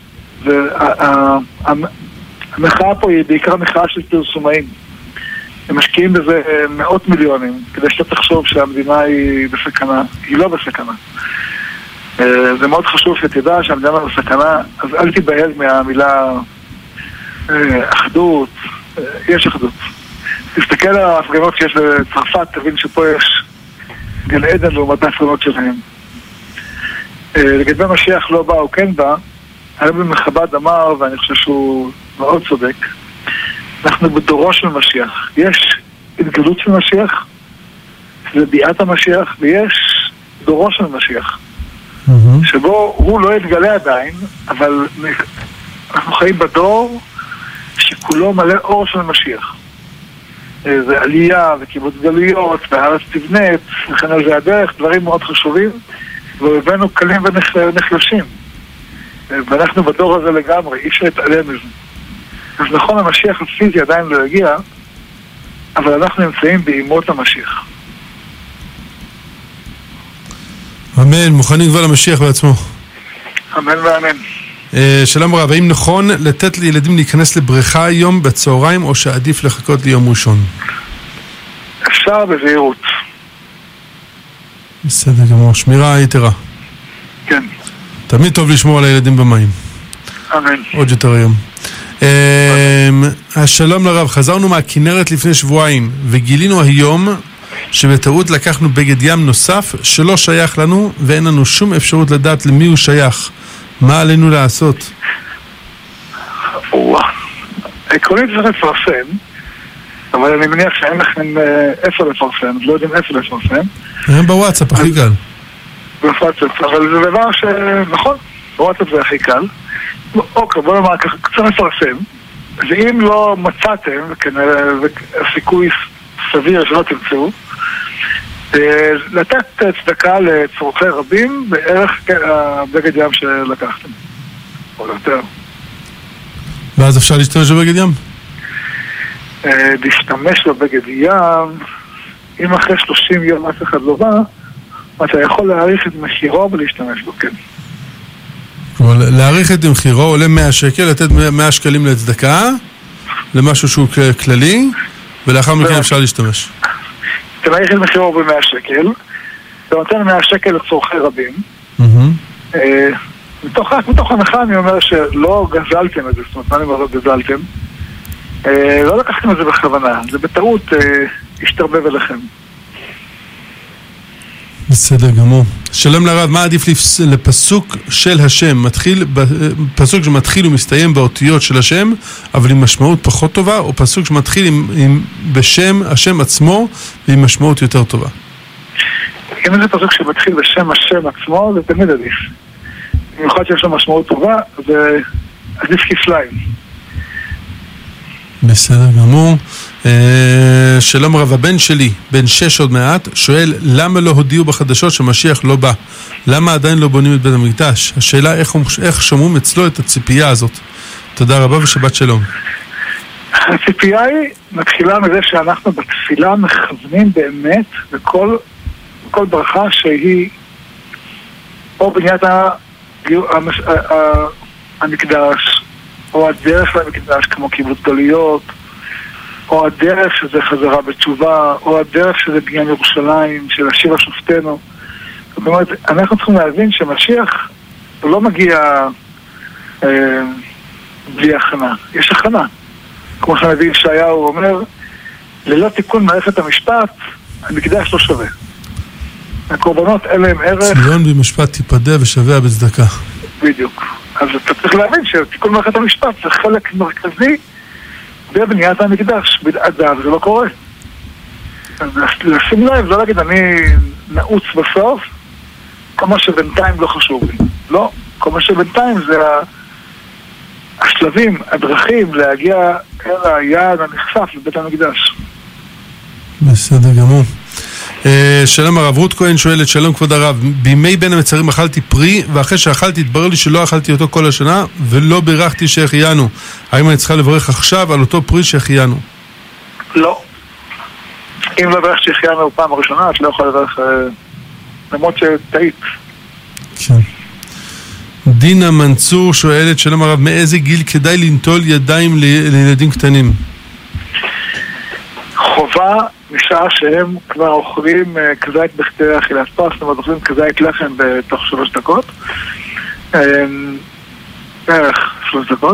והמחאה פה היא בעיקר מחאה של פרסומאים. הם משקיעים בזה מאות מיליונים, כדי שאתה תחשוב שהמדינה היא בסכנה. היא לא בסכנה. זה מאוד חשוב שתדע שהמדינה בסכנה, אז אל תיבהל מהמילה אחדות. יש אחדות. תסתכל על ההפגנות שיש בצרפת, תבין שפה יש גן עדן לעומת ההפגנות שלהם. לגבי משיח לא בא או כן בא, הרבי מחב"ד אמר, ואני חושב שהוא מאוד צודק, אנחנו בדורו של משיח. יש התגלות של משיח, זה ביאת המשיח, ויש דורו של משיח, mm-hmm. שבו הוא לא יתגלה עדיין, אבל אנחנו חיים בדור שכולו מלא אור של משיח. זה עלייה וקיבוץ גלויות, והארץ תבנית, לכן על זה הדרך, דברים מאוד חשובים, והבאנו קלים ונחלשים. ואנחנו בדור הזה לגמרי, אי אפשר להתעלם מזה. אז נכון, המשיח הפיזי עדיין לא הגיע, אבל אנחנו נמצאים בימות המשיח. אמן, מוכנים כבר למשיח בעצמו. אמן ואמן. שלום רב, האם נכון לתת לילדים להיכנס לבריכה היום בצהריים, או שעדיף לחכות ליום ראשון? אפשר בזהירות. בסדר גמור, שמירה יתרה. כן. תמיד טוב לשמור על הילדים במים. אמן. עוד יותר היום. השלום לרב, חזרנו מהכנרת לפני שבועיים וגילינו היום שבטעות לקחנו בגד ים נוסף שלא שייך לנו ואין לנו שום אפשרות לדעת למי הוא שייך. מה עלינו לעשות? עקרונית צריך לפרסם, אבל אני מניח שאין לכם איפה לפרסם, לא יודעים איפה לפרסם. הם בוואטסאפ, הכי קל. בוואטסאפ, אבל זה דבר שנכון, בוואטסאפ זה הכי קל. אוקיי, בוא נאמר ככה, קצת לפרסם, ואם לא מצאתם, וכנראה הסיכוי סביר שלא תמצאו, לתת צדקה לצורכי רבים בערך הבגד ים שלקחתם, או יותר. ואז אפשר להשתמש בבגד ים? להשתמש בבגד ים, אם אחרי שלושים יום אף אחד לא בא, אתה יכול להעריך את מחירו ולהשתמש בו, כן. אבל להעריך את מחירו עולה מאה שקל, לתת מאה שקלים לצדקה, למשהו שהוא כללי, ולאחר מכן אפשר להשתמש. אתה מעריך את מחירו ב-מאה שקל, אתה נותן מאה שקל לצורכי רבים. מתוך הנחה אני אומר שלא גזלתם את זה, זאת אומרת, מה אני אומר לא גזלתם? לא לקחתם את זה בכוונה, זה בטעות השתרבב אליכם. בסדר גמור. שלום לרב, מה עדיף לפסוק של השם? מתחיל, פסוק שמתחיל ומסתיים באותיות של השם, אבל עם משמעות פחות טובה, או פסוק שמתחיל עם, עם, בשם השם עצמו, ועם משמעות יותר טובה? אם זה פסוק שמתחיל בשם השם עצמו, זה תמיד עדיף. במיוחד שיש לו משמעות טובה, זה עדיף כפליים. בסדר גמור. שלום רב, הבן שלי, בן שש עוד מעט, שואל למה לא הודיעו בחדשות שמשיח לא בא? למה עדיין לא בונים את בית המקדש? השאלה איך, איך שומעים אצלו את הציפייה הזאת. תודה רבה ושבת שלום. הציפייה היא מתחילה מזה שאנחנו בתפילה מכוונים באמת בכל כל ברכה שהיא או בניית המקדש או הדרך למקדש כמו קיבוץ גלויות, או הדרך שזה חזרה בתשובה, או הדרך שזה בניין ירושלים של השיר השופטנו. זאת אומרת, אנחנו צריכים להבין שמשיח לא מגיע אה, בלי הכנה. יש הכנה. כמו שהנביא ישעיהו אומר, ללא תיקון מערכת המשפט, המקדש לא שווה. הקורבנות אלה הם ערך... ציון במשפט תיפדה ושווה בצדקה. בדיוק. אז אתה צריך להבין שתיקון מערכת המשפט זה חלק מרכזי בבניית המקדש. בלעדיו זה לא קורה. אז לשים לב, לא להגיד אני נעוץ בסוף, כל מה שבינתיים לא חשוב לי. לא, כל מה שבינתיים זה השלבים, הדרכים להגיע אל היעד הנחשף לבית המקדש. בסדר גמור. שלום הרב, רות כהן שואלת, שלום כבוד הרב, בימי בין המצרים אכלתי פרי, ואחרי שאכלתי התברר לי שלא אכלתי אותו כל השנה ולא בירכתי שהחיינו. האם אני צריכה לברך עכשיו על אותו פרי שהחיינו? לא. אם לא ברך שהחיינו פעם הראשונה, את לא יכולה לברך למרות שטעית. כן. דינה מנצור שואלת, שלום הרב, מאיזה גיל כדאי לנטול ידיים לילדים קטנים? חובה משעה שהם כבר אוכלים כזית בכדי אכילת פס, זאת אומרת אוכלים כזית לחם בתוך שלוש דקות, בערך שלוש דקות,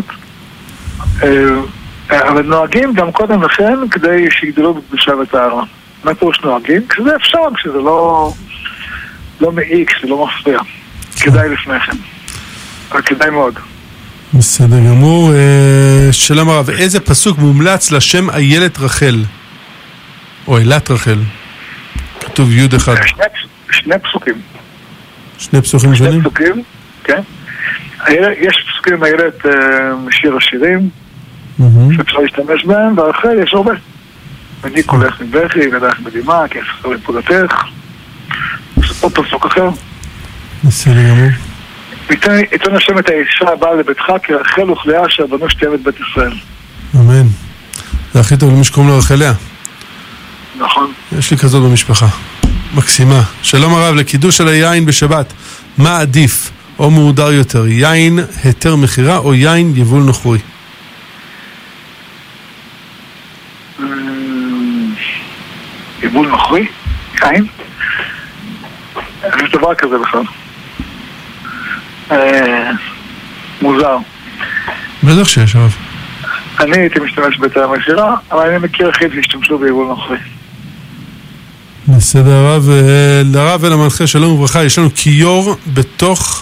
אבל נוהגים גם קודם לכן כדי שיגדלו בקדושה וטהרה. מה פירוש נוהגים? כשזה אפשר, כשזה לא לא מעיק, כשזה לא מפריע. כדאי לפני כן. אבל כדאי מאוד. בסדר גמור. שלום הרב, איזה פסוק מומלץ לשם איילת רחל? או אילת רחל. כתוב יוד אחד. שני, שני פסוקים. שני פסוקים שונים? שני פסוקים, כן. יש פסוקים איילת משיר השירים, שאפשר להשתמש בהם, והרחל יש הרבה. אני קולך מבכי, ודרך בדימה, כי אספר לפעולתך. עוד פסוק אחר. בסדר גמור. יתן השם את האישה הבאה לביתך, כי רחל וכלאה אשר בנו שתיהם את בית ישראל. אמן. זה הכי טוב למי שקוראים לו רחליה. נכון. יש לי כזאת במשפחה. מקסימה. שלום הרב, לקידוש על היין בשבת. מה עדיף או מעודר יותר? יין היתר מחירה או יין יבול נוכרי? יבול נוכרי? יין? יש דבר כזה בכלל. מוזר. בטח שיש הרב. אני הייתי משתמש ביתר מחירה, אבל אני מכיר אחים שהשתמשו ביבול נוכרי. בסדר הרב, לרב ולמנחה שלום וברכה, יש לנו כיור בתוך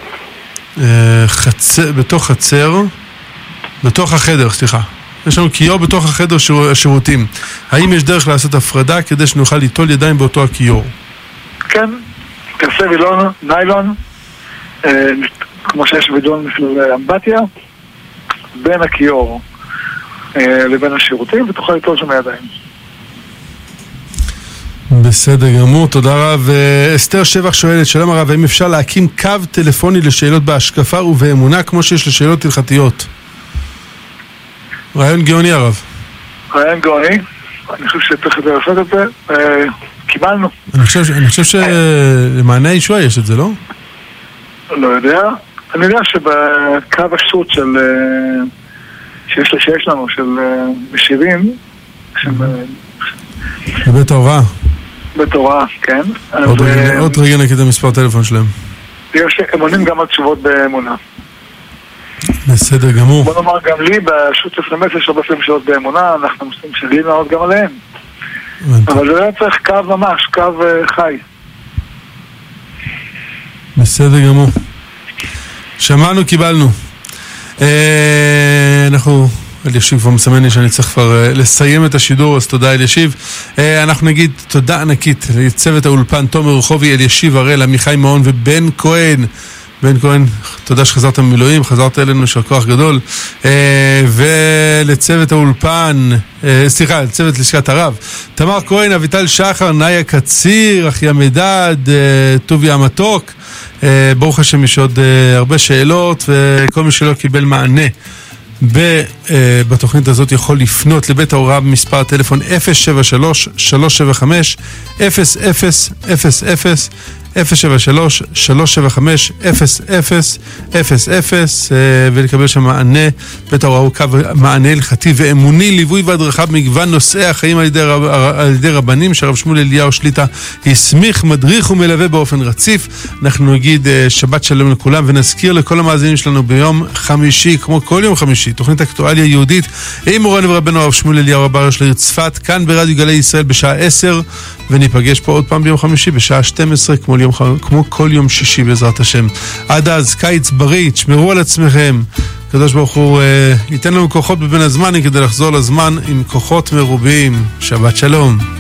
חצר, בתוך חצר, בתוך החדר, סליחה. יש לנו כיור בתוך החדר השירותים. האם יש דרך לעשות הפרדה כדי שנוכל ליטול ידיים באותו הכיור? כן, תעשה וילון, ניילון, כמו שיש וידון מסלול אמבטיה, בין הכיור לבין השירותים, ותוכל ליטול שם הידיים. בסדר גמור, תודה רב. אסתר שבח שואלת, שלום הרב, האם אפשר להקים קו טלפוני לשאלות בהשקפה ובאמונה כמו שיש לשאלות הלכתיות? רעיון גאוני הרב. רעיון גאוני, אני חושב שצריך לעשות את זה, קיבלנו. אני חושב, אני חושב שלמענה הישועה יש את זה, לא? לא יודע. אני יודע שבקו השו"ת של שיש, שיש לנו, של משיבים, בבית ההוראה. בית ההוראה, כן. עוד רגע נקרא את המספר טלפון שלהם. הם עונים גם על תשובות באמונה. בסדר גמור. בוא נאמר, גם לי בשו"ת ספר נפש יש הרבה פעמים שאלות באמונה, אנחנו משתדלים לענות גם עליהם. אבל זה לא צריך קו ממש, קו חי. בסדר גמור. שמענו, קיבלנו. אנחנו, אלישיב כבר מסמן לי שאני צריך כבר לסיים את השידור, אז תודה אלישיב. אנחנו נגיד תודה ענקית לצוות האולפן, תומר רחובי, אלישיב הראל, עמיחי מעון ובן כהן. בן כהן, תודה שחזרת ממילואים, חזרת אלינו, של כוח גדול. ולצוות האולפן, סליחה, לצוות לשכת הרב, תמר כהן, אביטל שחר, נאיה קציר, אחיה מדד, טוביה המתוק. ברוך השם, יש עוד הרבה שאלות, וכל מי שלא קיבל מענה בתוכנית הזאת יכול לפנות לבית ההוראה במספר הטלפון אפס שבע שלוש שלוש שבע חמש אפס אפס אפס אפס אפס שבע שלוש שלוש שבע חמש אפס אפס אפס אפס ולקבל שם מענה. בית ההוראה הוא קו מענה הלכתי ואמוני, ליווי והדרכה במגוון נושאי החיים על ידי, רב, על ידי רבנים שהרב שמואל אליהו שליטה הסמיך, מדריך ומלווה באופן רציף. אנחנו נגיד שבת שלום לכולם ונזכיר לכל המאזינים שלנו ביום חמישי, כמו כל יום חמישי, תוכנית אקטואליה יהודית עם מורנו ורבנו הרב שמואל אליהו רב הראשי לעיר צפת, כאן ברדיו גלי ישראל בשעה עשר, וניפגש פה עוד פעם ביום חמישי בשעה שתים עשרה כמו, יום, כמו כל יום שישי בעזרת השם. עד אז, קיץ בריא, תשמרו על עצמכם, קדוש ברוך הוא אה, ייתן לנו כוחות בבין הזמן כדי לחזור לזמן עם כוחות מרובים. שבת שלום.